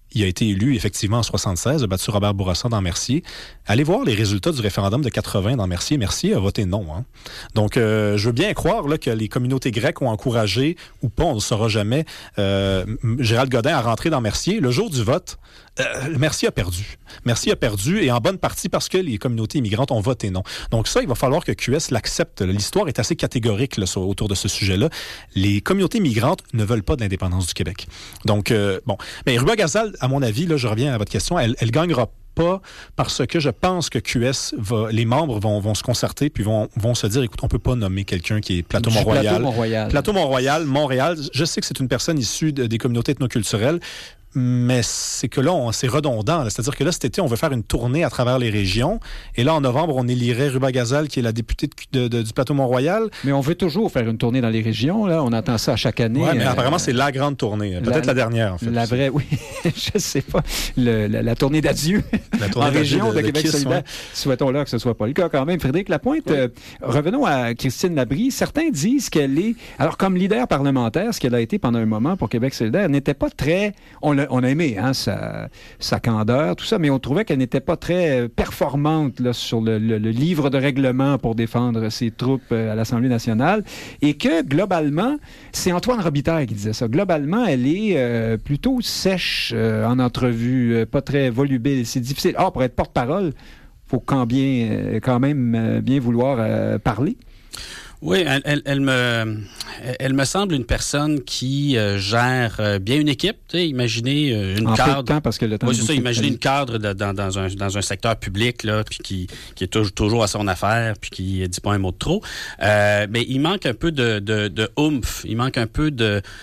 il a été élu effectivement en 76, a battu Robert Bourassa dans Mercier. Allez voir les résultats du référendum de 80 dans Mercier. Mercier a voté non. Hein. Donc, je veux bien croire là, que les communautés grecques ont encouragé, ou pas, on ne le saura jamais, Gérald Godin à rentrer dans Mercier. Le jour du vote, Mercier a perdu. Mercier a perdu, et en bonne partie parce que les communautés immigrantes ont voté non. Donc ça, il va falloir que QS l'accepte. L'histoire est assez catégorique là, autour de ce sujet-là. Les communautés migrantes ne veulent pas de l'indépendance du Québec. Donc, bon. Mais Ruba-Gazal, à mon avis, là, je reviens à votre question, elle gagnera pas parce que je pense que QS les membres vont se concerter puis vont se dire, écoute, on peut pas nommer quelqu'un qui est Plateau-Mont-Royal. Plateau-Mont-Royal, Montréal. Je sais que c'est une personne issue des communautés ethnoculturelles, mais c'est que là, c'est redondant. Là. C'est-à-dire que là, cet été, on veut faire une tournée à travers les régions. Et là, en novembre, on élirait Ruba-Gazal, qui est la députée du Plateau-Mont-Royal. Mais on veut toujours faire une tournée dans les régions. Là. On attend ça à chaque année. Oui, mais apparemment, c'est la grande tournée. Peut-être la dernière, en fait. La vraie, oui. Je sais pas. La tournée d'adieu en région de Québec solidaire. Ouais. Souhaitons-là que ce soit pas le cas quand même. Frédéric Lapointe, revenons à Christine Labrie. Certains disent qu'elle est... Alors, comme leader parlementaire, ce qu'elle a été pendant un moment pour Québec solidaire, n'était pas très... On a aimé hein, sa candeur, tout ça, mais on trouvait qu'elle n'était pas très performante là, sur le livre de règlement pour défendre ses troupes à l'Assemblée nationale, et que, globalement, c'est Antoine Robitaille qui disait ça. Globalement, elle est plutôt sèche en entrevue, pas très volubile. C'est difficile. Or, pour être porte-parole, il faut quand même bien vouloir parler. Oui, elle me semble une personne qui gère bien une équipe. Tu sais, imaginez une cadre. Peu de temps parce que le temps. Oui, c'est ça. Imaginez une cadre dans un secteur public là, puis qui est toujours à son affaire, puis qui dit pas un mot de trop. Mais il manque un peu de oomph. Il manque un peu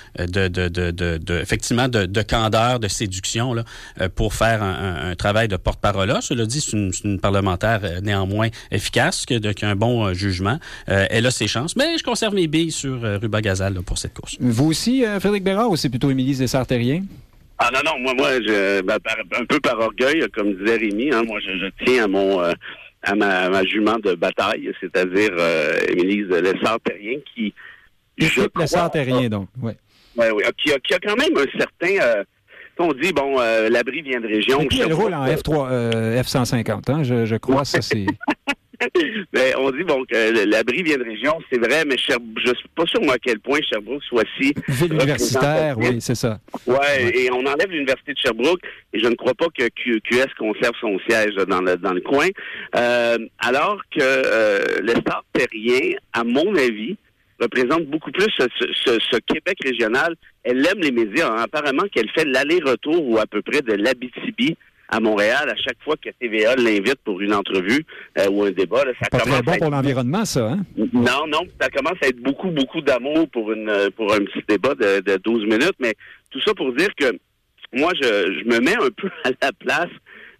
effectivement de candeur, de séduction là, pour faire un travail de porte-parole. Là, cela dit, c'est une parlementaire néanmoins efficace, qui a un bon jugement. Elle a ses chances, mais je conserve mes billes sur Ruba-Gazal pour cette course. Vous aussi, Frédéric Bérard, ou c'est plutôt Émilie Dessart-Terrien? Ah non, moi, un peu par orgueil, comme disait Rémi, hein, moi, je tiens à ma jument de bataille, c'est-à-dire Émilie Dessart-Terrien, qui... Dessart-Terrien, donc, oui. Oui, qui a quand même un certain... on dit, bon, Labrie vient de région... Et puis elle roule en F150, hein, je crois, ça c'est... Mais on dit, bon, que Labrie vient de région, c'est vrai, mais je suis pas sûr, moi, à quel point Sherbrooke soit si... Ville universitaire, oui, c'est ça. Ouais, et on enlève l'Université de Sherbrooke, et je ne crois pas que QS conserve son siège dans le coin. Alors que Lessart-Terrien, à mon avis, représente beaucoup plus ce Québec régional. Elle aime les médias. Hein. Apparemment qu'elle fait l'aller-retour ou à peu près de l'Abitibi à Montréal à chaque fois que TVA l'invite pour une entrevue ou un débat. Là, ça pas commence très bon pour l'environnement, ça, hein? Non, ça commence à être beaucoup d'amour pour un petit débat de 12 minutes, mais tout ça pour dire que moi, je me mets un peu à la place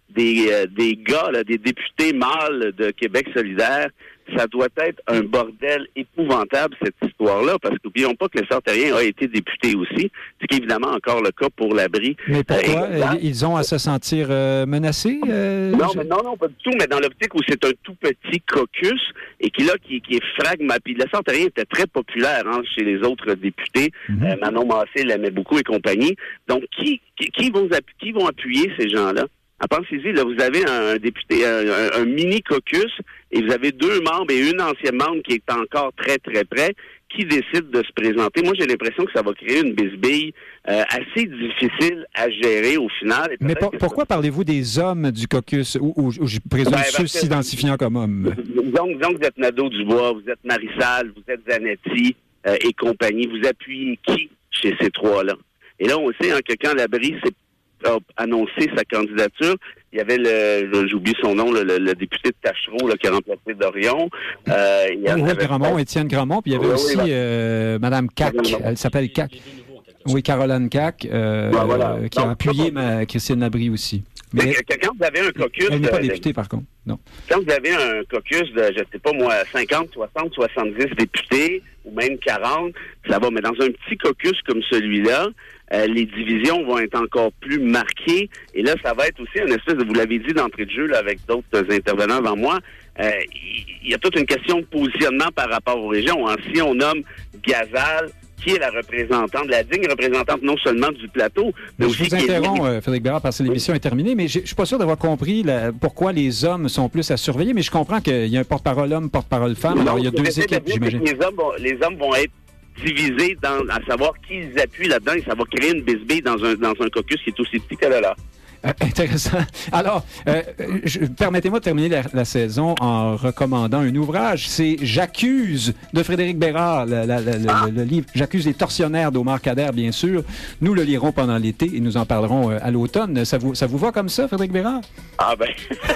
des gars, là, des députés mâles de Québec solidaire. Ça doit être un bordel épouvantable, cette histoire-là, parce qu'oublions pas que Lessart-Terrien a été député aussi, ce qui est évidemment encore le cas pour Labrie. Mais pourquoi? Ils ont à se sentir menacés? Non, pas du tout, mais dans l'optique où c'est un tout petit caucus et qui est fragmenté. Puis Lessart-Terrien était très populaire chez les autres députés. Mm-hmm. Manon Massé l'aimait beaucoup et compagnie. Donc, qui vont appuyer ces gens-là? Pensez-y, là, vous avez un député, un mini caucus, et vous avez 2 membres et une ancienne membre qui est encore très, très près, qui décide de se présenter. Moi, j'ai l'impression que ça va créer une bisbille assez difficile à gérer au final. Mais pourquoi parlez-vous des hommes du caucus, ou je présume ceux s'identifiant comme hommes? Donc, vous êtes Nadeau-Dubois, vous êtes Marissal, vous êtes Zanetti et compagnie. Vous appuyez qui chez ces 3-là? Et là, on sait que quand Labrie a annoncé sa candidature, il y avait j'oublie son nom, le député de Tachereau qui a remplacé Dorion. Étienne Grandmont, puis il y avait aussi Mme Cac, elle s'appelle Cac. Oui, Caroline Cac, qui a appuyé Christine Labrie aussi. Mais quand vous avez un caucus... Elle n'est pas députée, par contre, non. Quand vous avez un caucus de, je sais pas moi, 50, 60, 70 députés, ou même 40, ça va. Mais dans un petit caucus comme celui-là, les divisions vont être encore plus marquées. Et là, ça va être aussi une espèce de, vous l'avez dit d'entrée de jeu là, avec d'autres intervenants avant moi, il y a toute une question de positionnement par rapport aux régions. Si on nomme Gazal, qui est la représentante, la digne représentante non seulement du plateau, mais aussi... Je vous interromps, Frédéric Bérard, parce que l'émission est terminée, mais je suis pas sûr d'avoir compris pourquoi les hommes sont plus à surveiller, mais je comprends qu'il y a un porte-parole homme, porte-parole femme, alors il y a deux équipes, j'imagine. Les hommes vont être divisés à savoir qui ils appuient là-dedans, et ça va créer une bisbille dans un caucus qui est aussi petit que là. Intéressant. Alors, permettez-moi de terminer la saison en recommandant un ouvrage. C'est J'accuse de Frédéric Bérard, le livre J'accuse les tortionnaires d'Omar Kader, bien sûr. Nous le lirons pendant l'été et nous en parlerons à l'automne. Ça vous va comme ça, Frédéric Bérard? Ah ben,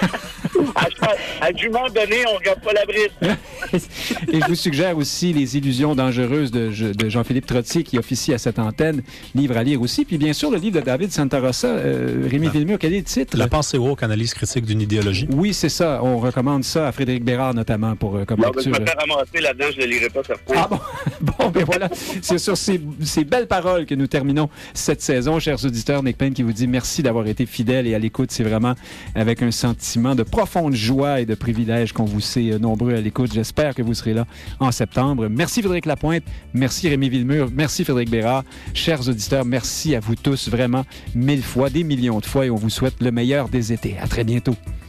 à du moment donné, on ne regarde pas la brise. Et je vous suggère aussi Les illusions dangereuses de Jean-Philippe Trottier, qui officie à cette antenne, livre à lire aussi. Puis bien sûr, le livre de David Santarossa, Rémi Villemur, quel est le titre? La pensée woke, analyse critique d'une idéologie. Oui, c'est ça. On recommande ça à Frédéric Bérard, notamment, comme lecture. Je me fais ramasser là-dedans, je ne le lirai pas, certain. Ah bon? Bon, ben voilà. C'est sur ces belles paroles que nous terminons cette saison. Chers auditeurs, Nick Payne qui vous dit merci d'avoir été fidèles et à l'écoute. C'est vraiment avec un sentiment de profonde joie et de privilège qu'on vous sait nombreux à l'écoute. J'espère que vous serez là en septembre. Merci Frédéric Lapointe. Merci Rémi Villemur. Merci Frédéric Bérard. Chers auditeurs, merci à vous tous vraiment 1000 fois, des millions de fois, et on vous souhaite le meilleur des étés. À très bientôt.